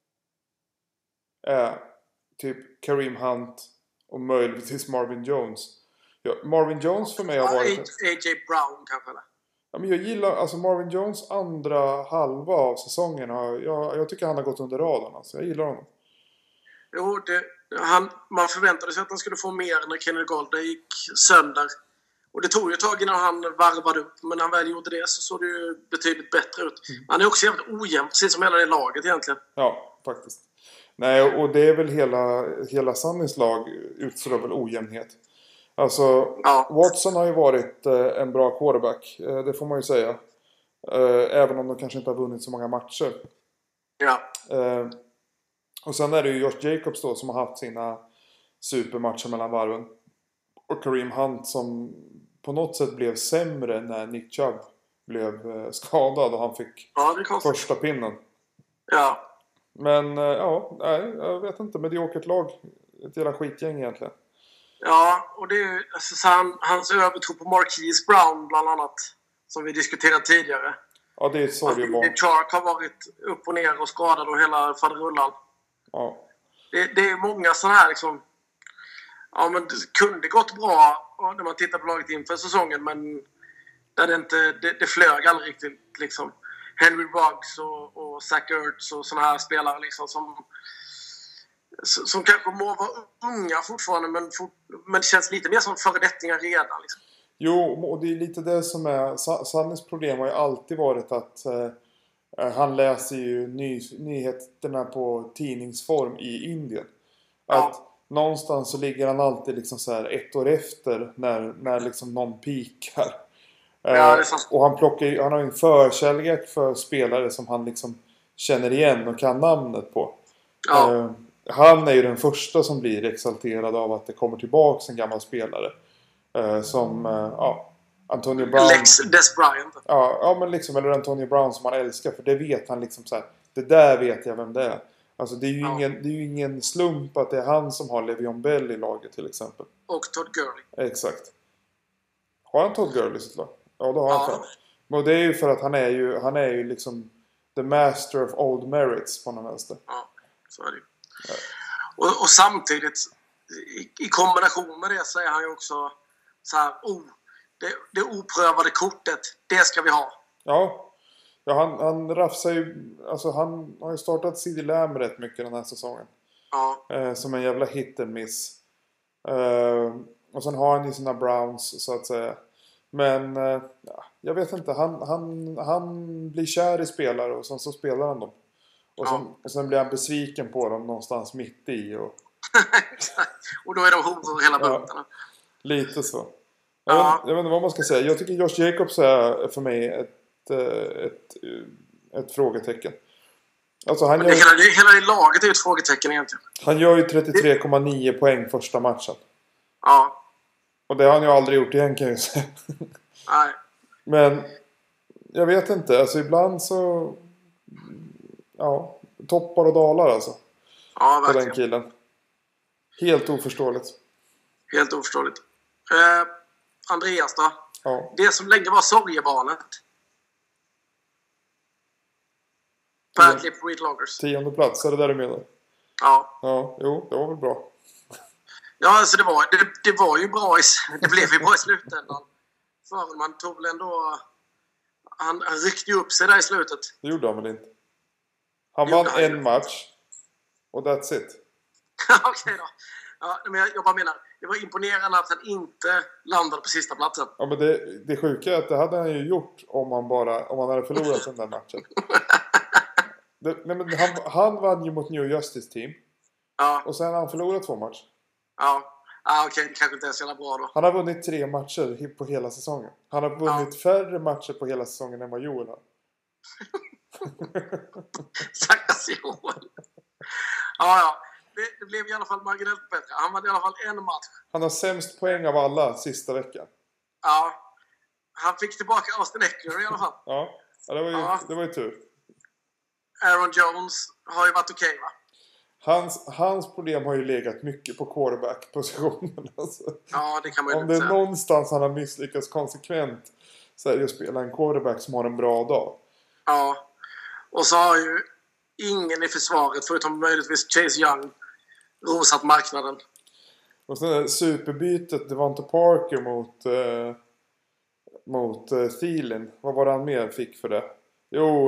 är typ Kareem Hunt och möjligtvis Marvin Jones. Marvin Jones för mig har varit... A.J. Brown kanske eller? Ja, men jag gillar alltså Marvin Jones andra halva av säsongen. Jag tycker han har gått under radarn. Alltså. Jag gillar honom. Jo, man förväntade sig att han skulle få mer när Kenny Golladay gick sönder. Och det tog ju ett tag innan han varvade upp. Men när han väl gjorde det så såg det ju betydligt bättre ut. Han är också jävligt ojämn, precis som hela det laget egentligen. Ja, faktiskt. Nej, och det är väl hela Sunnys lag utstår väl ojämnhet. Alltså, Watson har ju varit en bra quarterback. Det får man ju säga. Även om de kanske inte har vunnit så många matcher. Ja. Och sen är det ju Josh Jacobs då som har haft sina supermatcher mellan varven. Och Kareem Hunt som på något sätt blev sämre när Nick Chubb blev skadad och han fick första pinnen. Ja. Men jag vet inte. Mediokert lag. Ett jävla skitgäng egentligen. Ja, och det är alltså, hans övertro på Marquise Brown bland annat, som vi diskuterat tidigare. Ja, det är ett sorgebarn. Chark har varit upp och ner och skadad och hela faderullan. Ja. Det är många sådana här liksom... Ja, men det kunde gått bra när man tittar på laget inför säsongen, men där det flög aldrig riktigt liksom. Henry Ruggs och Zach Ertz och sådana här spelare liksom som kanske må vara unga fortfarande, men det känns lite mer som föredettingar redan liksom. Jo, och det är lite det som är... Sannys problem har ju alltid varit att han läser ju nyheterna på tidningsform i Indien. Att någonstans så ligger han alltid liksom så här 1 år efter när liksom någon pikar. Ja, det är sant. Och han har en förkärlek för spelare som han liksom känner igen och kan namnet på. Ja. Han är ju den första som blir exalterad av att det kommer tillbaka en gammal spelare. Som Antonio Brown. Lex Des Bryant. Ja, men liksom, eller Antonio Brown som han älskar. För det vet han liksom så här. Det där vet jag vem det är. Alltså det är ju ingen slump att det är han som har Le'Veon Bell i laget till exempel. Och Todd Gurley. Exakt. Har han Todd Gurley i sitt lag? Ja, då har han. Men det är ju för att han är ju liksom the master of old merits på någon vänster. Ja, så är det ju. Ja. Och samtidigt i kombination med det så är han ju också så här, det oprövade kortet, det ska vi ha. Ja, han rafsar ju, alltså han har ju startat CD Lamb rätt mycket den här säsongen. Ja. Som en jävla hit and miss. Och sen har han ju sina Browns så att säga. Men jag vet inte, han blir kär i spelare och sen så spelar han dem. Och sen blir han besviken på dem någonstans mitt i. Och och då är de horor hela bunten. Ja, lite så. Jag vet inte vad man ska säga. Jag tycker Josh Jacobs är för mig ett frågetecken. Alltså hela det laget är ju ett frågetecken egentligen. Han gör ju 33,9 poäng första matchen. Ja. Och det har han ju aldrig gjort igen kan jag ju säga. Nej. Men jag vet inte. Alltså ibland så... Ja, toppar och dalar alltså. Ja, verkligen. På den killen. Helt oförståeligt. Helt oförståeligt. Andreas då? Ja. Det som länge var sorgebarnet. Bradley på Reed Loggers. 10:e plats, är det där du menar? Ja. Ja, jo, det var väl bra. Ja, alltså det var ju bra. Det blev ju bra i slutändan. För man tog väl ändå... Han ryckte ju upp sig där i slutet. Det gjorde han väl inte? Han vann en match. Och that's it. Okej då. Ja, men jag bara menar, det var imponerande att han inte landade på sista platsen. Ja, men det sjuka är att det hade han ju gjort om han hade förlorat den där matchen. Men han vann ju mot New Justice Team. Ja. Och sen har han förlorat 2 matcher. Ja. Okej, det kanske inte är så jävla bra då. Han har vunnit 3 matcher på hela säsongen. Han har vunnit färre matcher på hela säsongen än vad Joel har. Stackars Joel. Ja. Det blev i alla fall marginellt bättre. Han vann i alla fall en match. Han har sämst poäng av alla sista veckan. Ja. Han fick tillbaka Austin Eckler i alla fall. Ja, det var ju tur. Aaron Jones har ju varit okej, va? Hans problem har ju legat mycket på quarterback-positionen. Alltså. Ja, det kan man ju om det är någonstans han har misslyckats konsekvent så är det att spela en quarterback som har en bra dag. Ja. Och så har ju ingen i försvaret, förutom möjligtvis Chase Young, rosat marknaden. Och sen är superbytet Devonta Parker mot Thielen. Vad var det han mer fick för det? Jo,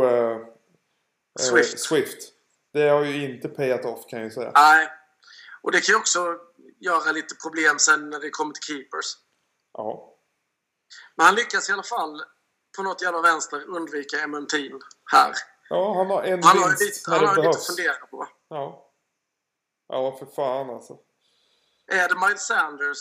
Swift. Det har ju inte payat off kan jag ju säga. Nej. Och det kan ju också göra lite problem sen när det kommer till keepers. Ja. Men han lyckas i alla fall på något jävla vänster undvika MMT'n här. Ja, han har en han vinst har när det lite behövs. att fundera på. Ja. Ja, för fan alltså. Är det Miles Sanders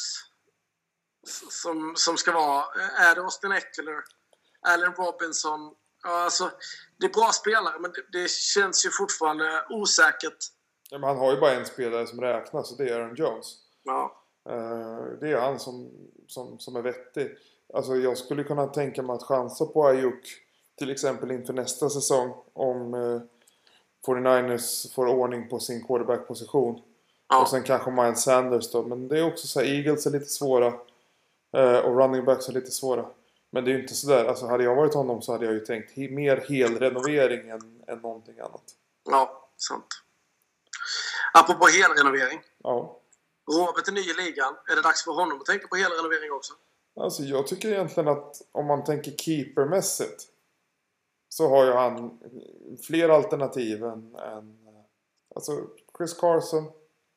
som ska vara? Är det Austin Eckler? Allen Robinson? Ja, alltså, det är bra spelare, men det känns ju fortfarande osäkert. Ja, men han har ju bara en spelare som räknas och det är Aaron Jones. Ja. Det är han som är vettig. Alltså jag skulle kunna tänka mig att chansa på Ayuk till exempel inför nästa säsong om 49ers får ordning på sin quarterback-position. Ja. Och sen kanske Miles Sanders då. Men det är också så här, Eagles är lite svåra. Och running backs är lite svåra. Men det är ju inte sådär. Alltså hade jag varit honom så hade jag ju tänkt mer helrenovering än någonting annat. Ja, sant. Apropå helrenovering. Ja. Robert är ny i ligan. Är det dags för honom att tänka på helrenovering också? Alltså jag tycker egentligen att om man tänker keepermässigt så har ju han fler alternativ än alltså Chris Carson.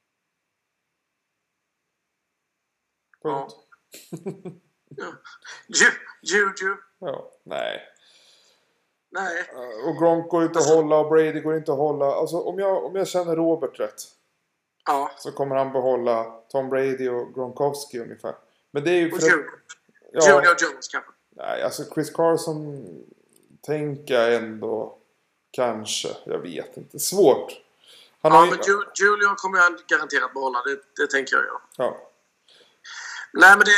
Punkt. Ja. Juju. Ja, nej. Nej. Och Gronk går inte att hålla och Brady går inte att hålla. Alltså om jag känner Robert rätt. Ja. Så kommer han behålla Tom Brady och Gronkowski ungefär. Men det är ju Och för Julio Jones kanske. Nej, alltså Chris Carson tänker jag ändå kanske. Jag vet inte. Svårt. Men Julio kommer jag garanterat behålla. Det tänker jag göra. Ja. Nej, men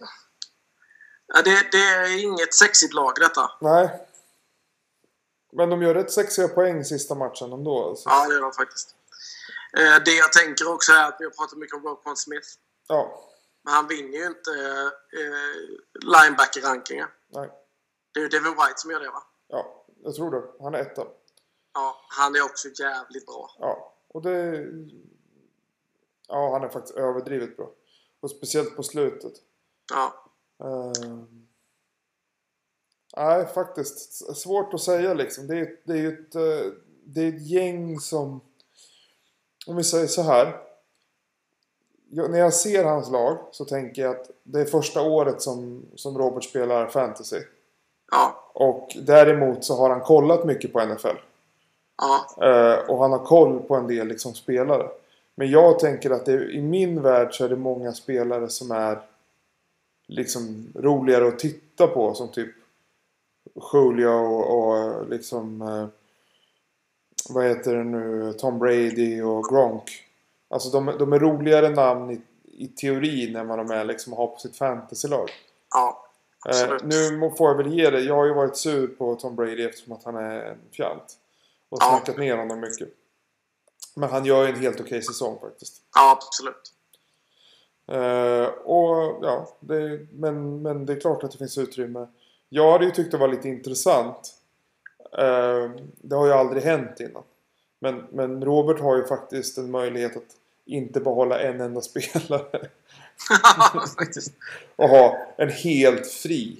det är inget sexigt lag detta. Nej. Men de gör rätt sexiga poäng sista matchen ändå. Alltså. Ja, det gör de faktiskt. Det jag tänker också är att vi har pratat mycket om Roquan Smith. Ja. Men han vinner ju inte linebacker-rankingen. Nej. Det är ju Devin White som gör det, va? Ja, jag tror det. Han är etta. Ja, han är också jävligt bra. Ja, och det... Ja, han är faktiskt överdrivet bra. Och speciellt på slutet. Ja. Nej, faktiskt. Svårt att säga liksom. Det är ju ett gäng som... Om vi säger så här. När jag ser hans lag så tänker jag att det är första året som Robert spelar fantasy. Ja. Och däremot så har han kollat mycket på NFL. Ja. Och han har koll på en del liksom spelare. Men jag tänker att i min värld så är det många spelare som är liksom roligare att titta på. Som typ Julio och liksom vad heter det nu, Tom Brady och Gronk. Alltså de är roligare namn i teorin än vad de är liksom att ha på sitt fantasylag. Ja, absolut. Nu får jag väl ge det. Jag har ju varit sur på Tom Brady eftersom att han är en fjant. Och snackat ner honom mycket. Men han gör ju en helt okej säsong faktiskt. Ja, absolut. Och ja, men det är klart att det finns utrymme. Jag hade ju tyckt det var lite intressant. Det har ju aldrig hänt innan. Men Robert har ju faktiskt en möjlighet att inte behålla en enda spelare. Faktiskt. Och ha en helt fri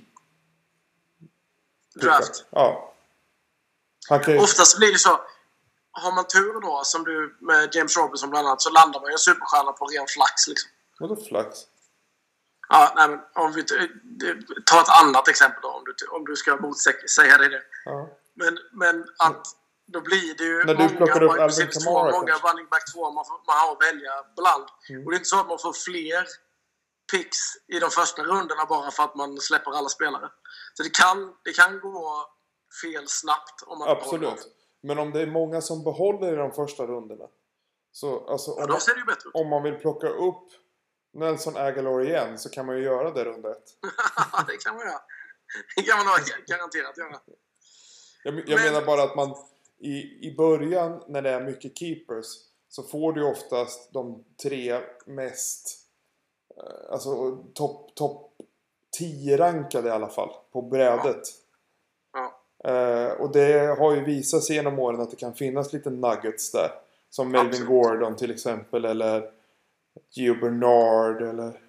draft. Ja. Oftast blir det så. Har man tur då, som du med James Robinson bland annat, så landar man ju en superstjärna på ren flax liksom. Vadå flax? Ja, nej, men om vi tar ett annat exempel då, om du ska säga det. Ja. Men att då blir det ju när du plockar upp Alvin Kamara, många running back 2 man har att välja bland. Och det är inte så att man får fler picks i de första rundorna bara för att man släpper alla spelare. Så det kan gå fel snabbt om man absolut. Men om det är många som behåller i de första rundorna så alltså, då ser det ju bättre ut. Om man vill plocka upp Nelson Aguilar igen så kan man ju göra det runda 1. Det kan man göra. Det kan man nog garanterat göra. Jag menar bara att man i början när det är mycket keepers så får du oftast de 3 mest alltså topp 10 rankade i alla fall på brädet. Ja. Och det har ju visat sig genom åren att det kan finnas lite nuggets där. Som Melvin absolut. Gordon till exempel. Eller Gio Bernard. Eller...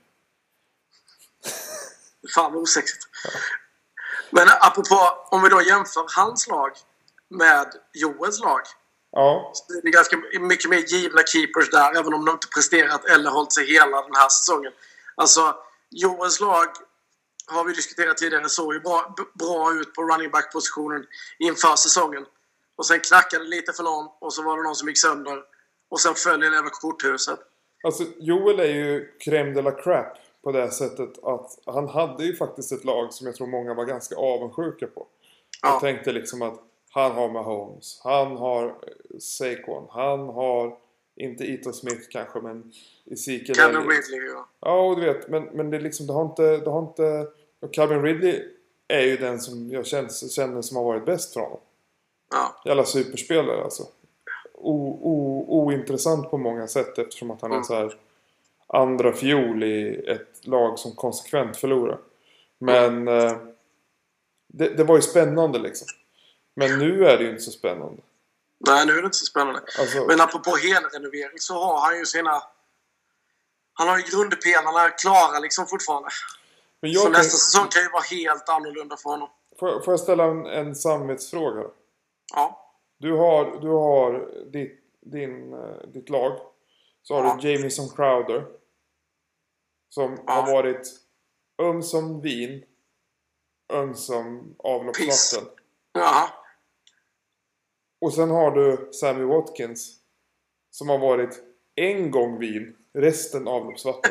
Fan vad osexigt. Ja. Men apropå, om vi då jämför hans lag med Joels lag. Ja. Så det är ganska mycket mer givna keepers där. Även om de inte presterat eller hållit sig hela den här säsongen. Alltså Joels lag har vi diskuterat tidigare, såg ju bra ut på running back-positionen inför säsongen. Och sen knackade det lite för någon och så var det någon som gick sönder. Och sen föll det över korthuset. Alltså Joel är ju crème de la crap på det sättet att han hade ju faktiskt ett lag som jag tror många var ganska avundsjuka på. Ja. Jag tänkte liksom att han har Mahomes, han har Saquon, han har inte Ito Smith kanske, men Ezekiel Calvin Ridley, ja. Ja, och du vet, men det är liksom, det har inte och Calvin Ridley är ju den som jag känner som har varit bäst från honom. Ja. Jävla superspelare alltså. ointressant på många sätt eftersom att han är så här andra fiol i ett lag som konsekvent förlorar. Men det var ju spännande liksom. Men nu är det ju inte så spännande. Nej, nu är det inte så spännande. Alltså, men apropå helrenovering så har han ju han har ju grundpelarna klara liksom fortfarande. Men så nästa säsong kan ju vara helt annorlunda för honom. Får jag ställa en samvetsfråga då? Ja. Du har ditt lag. Så har du Jamison Crowder. Som har varit som vin. Som avloppsvatten. Jaha. Och sen har du Sammy Watkins. Som har varit en gång vin. Resten avloppsvatten.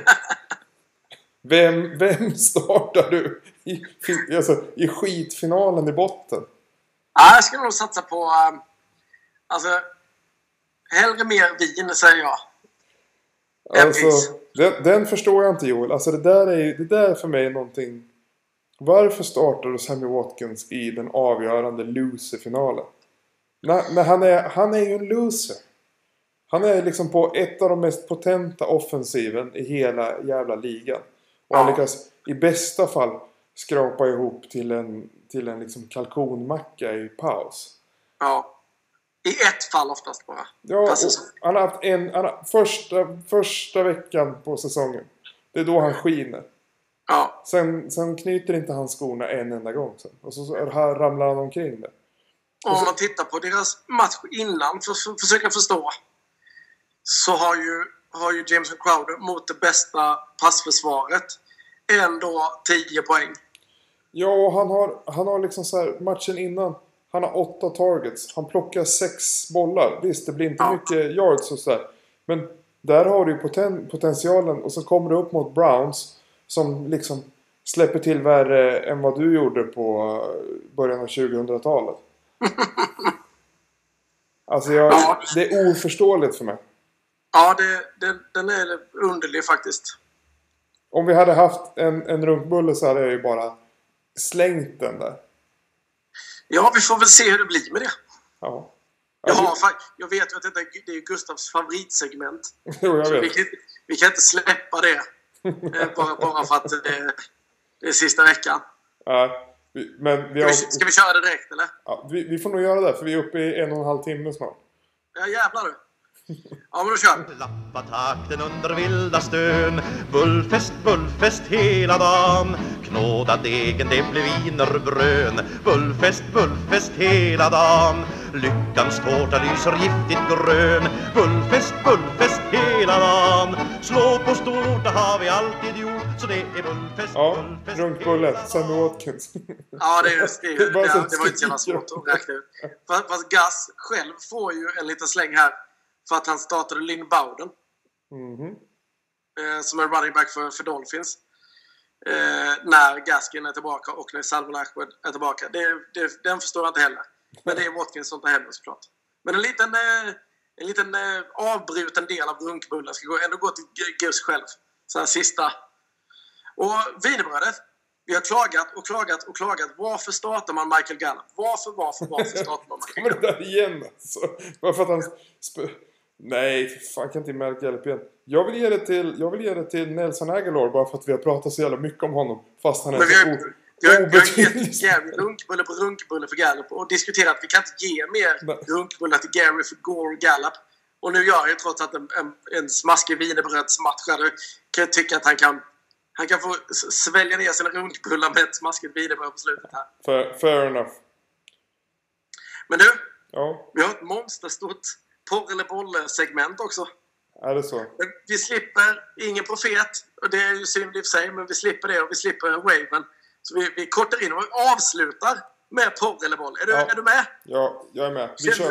Vem startar du i skitfinalen i botten? Ja, jag skulle nog satsa på hellre mer vin, säger jag. Alltså, den förstår jag inte, Joel. Alltså det där för mig är någonting. Varför startar du Sammy Watkins i den avgörande loser-finalen? När han är ju en loser. Han är liksom på ett av de mest potenta offensiven i hela jävla ligan. Och han lyckas i bästa fall skrapa ihop till en liksom kalkonmacka i paus. Ja. I ett fall oftast bara. Ja, han har haft första veckan på säsongen. Det är då han skiner. Ja. Sen knyter inte han skorna en enda gång sen. Och så här ramlar han omkring det. Om man tittar på deras match innan för att försöka förstå, så har ju Jameson Crowder mot det bästa passförsvaret ändå 10 poäng. Ja, och han har liksom så här matchen innan. Han har 8 targets. Han plockar 6 bollar. Visst, det blir inte mycket yards och så där. Men där har du ju potentialen. Och så kommer du upp mot Browns som liksom släpper till värre än vad du gjorde på början av 2000-talet. Alltså det är oförståeligt för mig. Ja, den är underlig faktiskt. Om vi hade haft en runkbulle så hade jag ju bara slängt den där. Ja, vi får väl se hur det blir med det. Ja. Jag vet ju att det är Gustavs favoritsegment. Jo, jag vet. Vi kan inte släppa det. bara för att det är sista veckan. Ja, ska vi köra det direkt, eller? Ja, vi får nog göra det, för vi är uppe i 1,5 timme snart. Ja, jävlar du. Ja, men då kör vi. Lappatakten under vilda stön. Bullfest hela dagen. Knåda degen, det blir wienerbrön. Bullfest hela dagen. Lyckans tårta lyser giftigt grön. Bullfest hela dagen. Slå på stort, det har vi alltid gjort. Så det är bullfest. Ja, runkbullen, Sammy Watkins. Ja, det var inte så jävla svårt att räkna ut. Fast Gus själv får ju en liten släng här. För att han startade Lynn Bowden. Som är running back för Dolphins. När Gaskin är tillbaka och när Salvon Ahmed är tillbaka. Den förstår jag inte heller. Men det är Watkins som tar hem såklart. Men en liten avbruten del av runkbullen ska ändå gå till Gus själv. Så här sista. Och wienerbrödet. Vi har klagat. Varför startar man Michael Gallup? Varför startar man Michael Gallup? Men det där igen alltså. Varför att han... Nej, fan, kan inte Michael Gallup igen. Jag vill ge det till Nelson Aguilar bara för att vi har pratat så jävla mycket om honom. Fast han är vi har gett runkbulle för Gallup och diskuterat att vi kan inte ge mer runkbulle till Gary för Gore Gallup. Och nu gör jag trots att en smaskig wienerbrödsmatch kan jag tycka att han kan få svälja ner sina runkbullar med ett smaskigt wienerbröd på slutet här. Fair enough. Men du, vi har ett monsterstort porr eller boll-segment också. Är det så? Vi slipper ingen profet. Och det är ju synd i sig, men vi slipper det och vi slipper Waven. Så vi kortar in och avslutar med porr eller boll. Är du med? Ja, jag är med. Vi kör.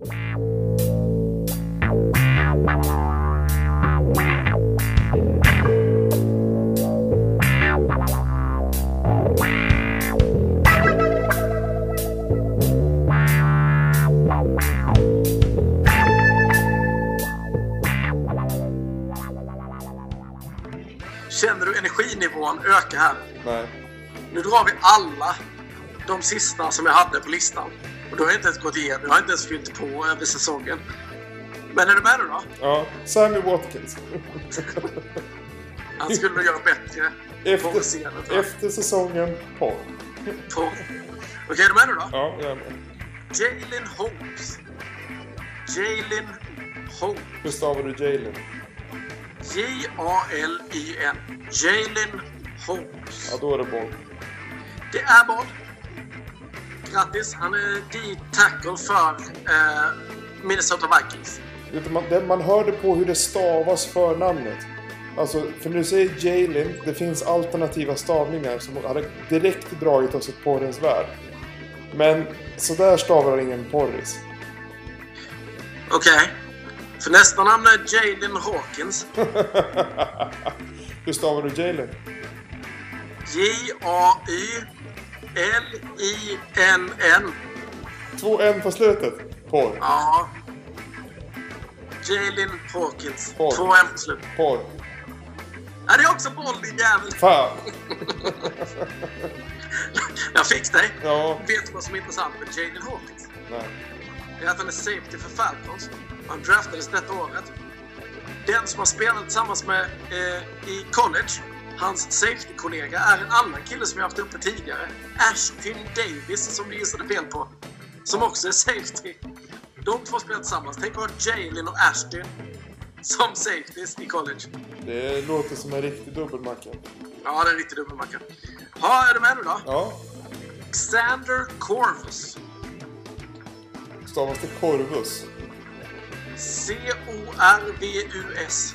Känner du energinivån öka här? Nej. Nu drar vi alla de sista som jag hade på listan. Och då har jag inte ens gått igenom. Jag har inte ens fyllt på över säsongen. Men är du med då? Ja, Sammy Watkins. Han skulle nog göra bättre på scenen. Efter säsongen porr. Okej, är du med då? Ja, jag är med. Jalen Holmes. Jalen Holmes. Hur stavar du Jalen? J-A-L-I-N. Jalen Holmes. Ja, då är det boll. Det är boll. Grattis, han är D-tackle för Minnesota Vikings. Man hörde på hur det stavas för namnet. Alltså, för när du säger Jalen, det finns alternativa stavningar som hade direkt dragit oss ett porrens värld. Men så där stavar ingen porris. Okej. För nästa namn är Jalen Hawkins. Hur stavar du Jalen? J-A-Y-L-I-N-N. 2 N på slutet. Porr. Ja. Jalen Hawkins. Porr. 2 N på slutet. Porr. Ja, det är också boll, din jävel. Fan. Jag fick dig. Ja. Vet du vad som är intressant med Jalen Hawkins? Nej. Det är att han är safety för Falcons. Han draftades detta året. Den som har spelat tillsammans med i college, hans safety-kollega, är en annan kille som jag haft uppe tidigare. Ashton Davis, som du gissade fel på. Som också är safety. De två spelar tillsammans. Tänk att ha Jalen och Ashton som safeties i college. Det låter som en riktig dubbelmacka. Ja, det är en riktig dubbelmacka. Ja, är du med nu då? Ja. Xander Corvus. Stavas det Corvus? C-O-R-V-U-S.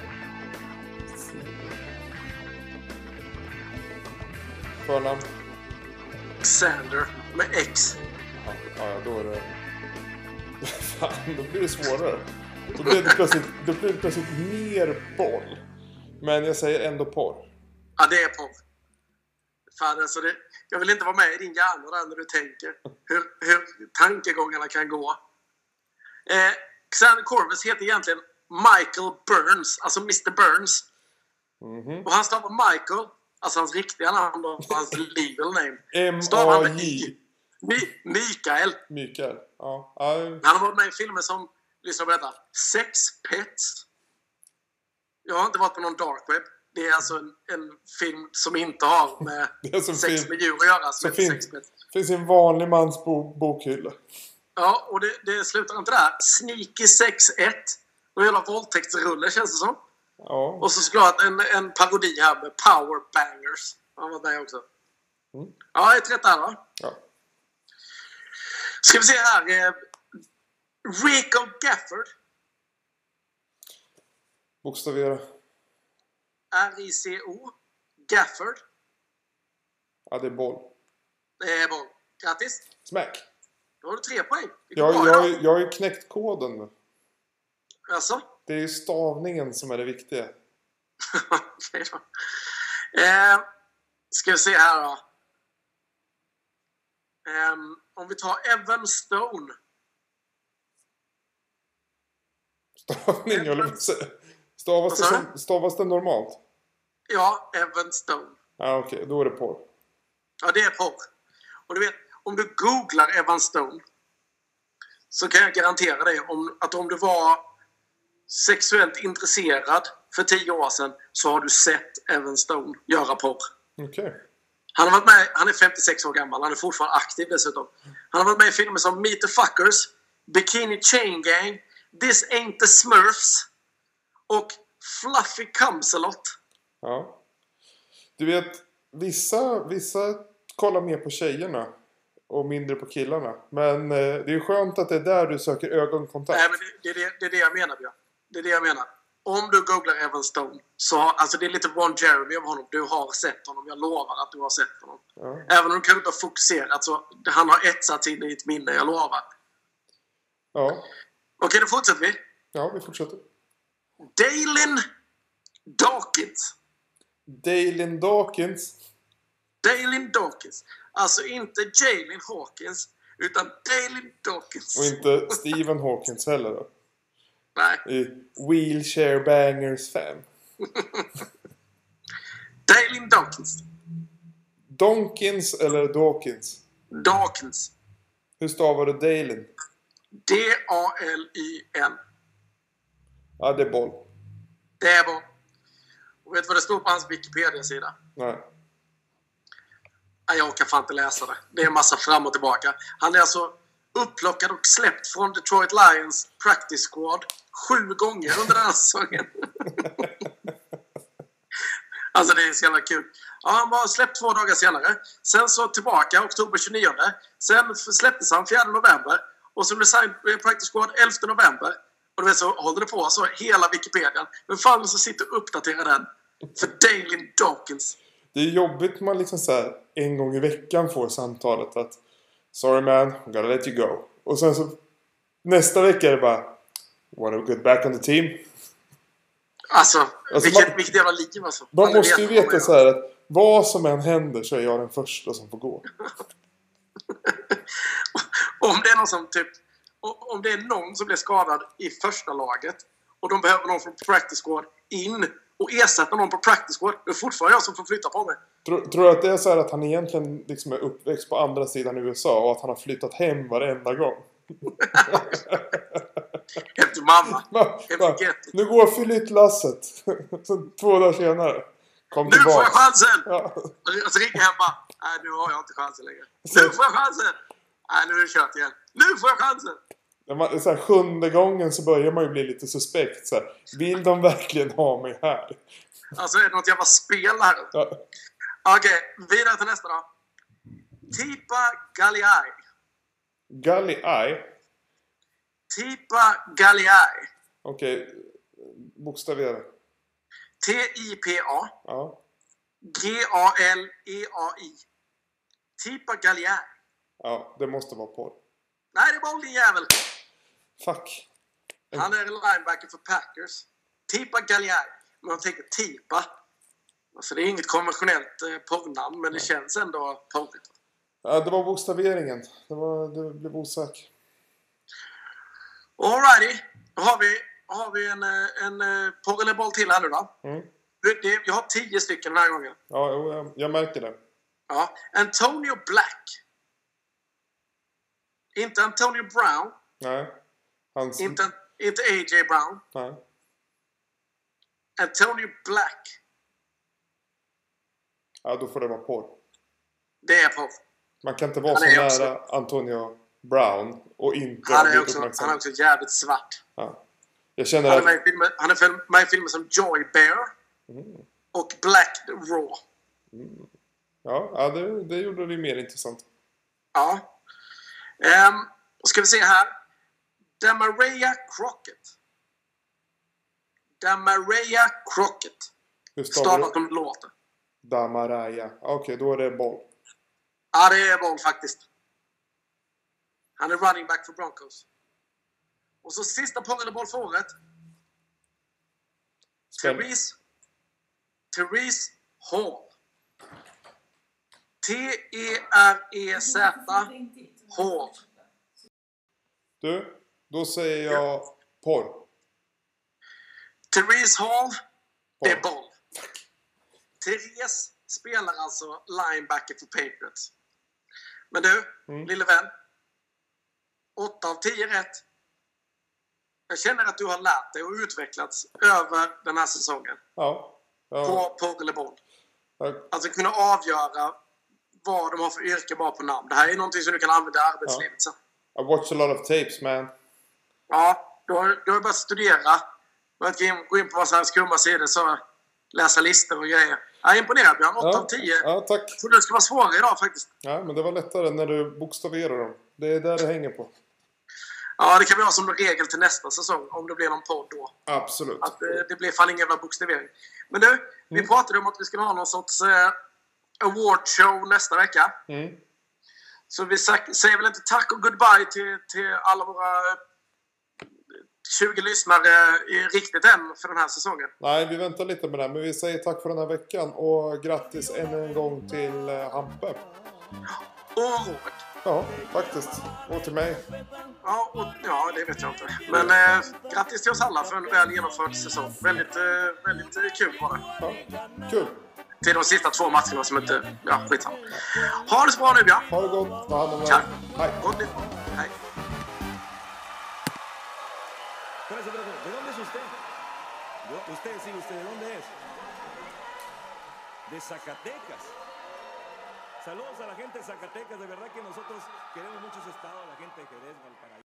Förnamn? Xander med X. Ja, då är det... Fan, då blir det svårare. Då blir det plötsligt mer boll. Men jag säger ändå porr. Ja, det är porr. Fan, alltså jag vill inte vara med i din hjärna där när du tänker. Hur tankegångarna kan gå. Xander Corvus heter egentligen Michael Burns. Alltså Mr. Burns. Och han stavar Michael. Alltså hans riktiga namn och hans legal name. M-A-J. Mikael. Mikael, ja. Han har varit med i filmer som, lyssna på detta, Sex Pets. Jag har inte varit på någon dark web. Det är alltså en film som inte har med sex med djur att göra. Som Sex Pets. Finns en vanlig mans bokhylla. Ja, och det slutar inte där. Sneaky Sex 1. Och hela våldtäktsrulle känns det som. Ja. Och så såklart en parodi här med Power Bangers. Han var där också. Ja, ett rätt där va? Ja. Ska vi se här. Rico Gafford. Bokstavera. R-I-C-O. Gafford. Ja, det är boll. Det är boll. Grattis. Smack. Då har du 3 poäng. Jag har ju knäckt koden nu. Alltså? Det är ju stavningen som är det viktiga. Okej då. Ska vi se här då. Om vi tar Evan Stone. Stavning, jag vill säga. Stavas det normalt? Ja, Evan Stone. Ja, okej. Då är det porr. Ja, det är porr. Och du vet, om du googlar Evan Stone så kan jag garantera dig att om du var sexuellt intresserad för 10 år sedan så har du sett Evan Stone göra porr. Okej. Han har varit med, han är 56 år gammal, han är fortfarande aktiv dessutom. Han har varit med i filmer som Meet the Fuckers, Bikini Chain Gang, This Ain't the Smurfs och Fluffy Comes-a-lot. Ja. Du vet, vissa kollar mer på tjejerna och mindre på killarna. Men det är ju skönt att det är där du söker ögonkontakt. Nej, men det är det jag menar, Björn. Det är det jag menar. Om du googlar Evan Stone så alltså det är lite Ron Jeremy av honom. Du har sett honom. Jag lovar att du har sett honom. Ja. Även om du kanske inte har fokuserat så han har etsat in i ett minne, jag lovar. Ja. Okej, då fortsätter vi. Ja, vi fortsätter. Dalen Dawkins. Dalen Dawkins. Dalen Dawkins. Alltså inte Jalen Hawkins utan Dalen Dawkins. Och inte Stephen Hawkins heller då. Nej. I Wheelchair Bangers 5. Dalen Dawkins. Donkins eller Dawkins? Dawkins. Hur stavar du Dalen? D-A-L-I-N. Ja, det är boll. Det är boll. Och vet du vad det står på hans Wikipedia-sida? Nej. Nej, jag kan fan inte läsa det. Det är en massa fram och tillbaka. Han är alltså upplockad och släppt från Detroit Lions practice squad 7 gånger under den här säsongen. Alltså det är så jävla kul. Ja, han var släppt 2 dagar senare. Sen så tillbaka oktober 29. Sen släpptes han 4 november. Och så blev signed practice squad 11 november. Och du vet, så håller det på så hela Wikipedia. Men fan så sitter och uppdaterar den. För Daylin Dawkins. Det är jobbigt man liksom så här en gång i veckan får samtalet att sorry man, I'm gonna let you go. Och sen så nästa vecka är det bara wanna get back on the team. Alltså vilket jävla liv alltså. Man måste ju veta så här att vad som än händer så är jag den första som får gå. Om det är någon som typ om det är någon som blir skadad i första laget och de behöver någon från practice squad in och ersätta någon på practice squad, det är fortfarande jag som får flytta på mig. Tror du att det är så här att han egentligen liksom är uppväxt på andra sidan USA och att han har flyttat hem varenda gång? Hem till mamma. Nu går flyttlasset. Så 2 dagar senare. Kom nu tillbaka. får jag chansen! Ja. Och så ringer jag bara, nej nu har jag inte chansen längre. Nu får jag chansen! Nej nu är det kört igen. Nu får jag chansen! Så här, 7:e gången så börjar man ju bli lite suspekt. Så här, vill de verkligen ha mig här? Alltså är det något jävla spel här? Ja. Okej, vidare till nästa då. Tipa Galeai. Galeai? Tipa Galeai. Okej, bokstavera. T-I-P-A. Ja. G-A-L-E-A-I. Tipa Galeai. Ja, det måste vara porr. Nej, det var din jävel. Fuck. Han är linebacker för Packers. Tipa Galeai. Men jag tänker Tipa. Alltså det är inget konventionellt porrnamn, men det känns ändå porrigt. Ja, det var bokstaveringen. Det blev osäker. Alrighty. Då har vi en porr eller boll till här nu då. Mm. Jag har 10 stycken den här gången. Ja, jag märker det. Ja. Antonio Black. Inte Antonio Brown. Nej. Inte A.J. Brown. Nej. Antonio Black. Ja, då får det vara porr. Det är porr. Man kan inte vara så nära Antonio Brown och inte han är också jävligt svart. Ja. Jag känner han är med i filmer som Joy Bear och Black Raw. Mm. Ja, det gjorde det mer intressant. Ja. Då ska vi se här. Damaria Crockett. Hur stavat som det låter. Damaria. Okej, då är det boll. Ja, det är boll faktiskt. Han är running back för Broncos. Och så sista porr eller boll för året. Therese Hall. T-E-R-E-Z Hall. Du, då säger jag porr. Therese Hall, det är boll. Therese spelar alltså linebacker för Patriots. Men du, lille vän. 8 av 10 rätt. Jag känner att du har lärt dig och utvecklats över den här säsongen. Ja. På porr eller boll. Ja. Alltså kunna avgöra vad de har för yrke bara på namn. Det här är någonting som du kan använda i arbetslivet sen. I watch a lot of tapes, man. Ja, du har börjat studera. Börjat gå in på vad sådana skumma sidor så läsa listor och grejer. Jag är imponerad, Björn. 8 av 10. Ja, tack. Jag trodde det skulle vara svårare idag faktiskt. Ja, men det var lättare när du bokstaverar dem. Det är där det hänger på. Ja, det kan vi ha som regel till nästa säsong. Om det blir någon podd då. Absolut. Att det blir fan ingen jävla bokstavering. Men du, vi pratade om att vi skulle ha någon sorts awardshow nästa vecka. Så vi säger väl inte tack och goodbye till alla våra 20 lyssnare riktigt än för den här säsongen. Nej, vi väntar lite med det. Men vi säger tack för den här veckan. Och grattis ännu en gång till Hampe. Och Robert. Ja, faktiskt. Och till mig. Ja, det vet jag inte. Men grattis till oss alla för en väl genomförd säsong. Väldigt kul var det. Ja, kul. Till de sista 2 matcherna som inte... Ja, skitsamma. Ha det så bra nu, Björn. Ha det gott. Ta hand om dig. Tack. Hej. Gott nytt. Hej. ¿De dónde es usted? Usted, sí, ¿usted de dónde es? De Zacatecas. Saludos a la gente de Zacatecas, de verdad que nosotros queremos mucho ese estado, a la gente de Jerez, Valparaíso.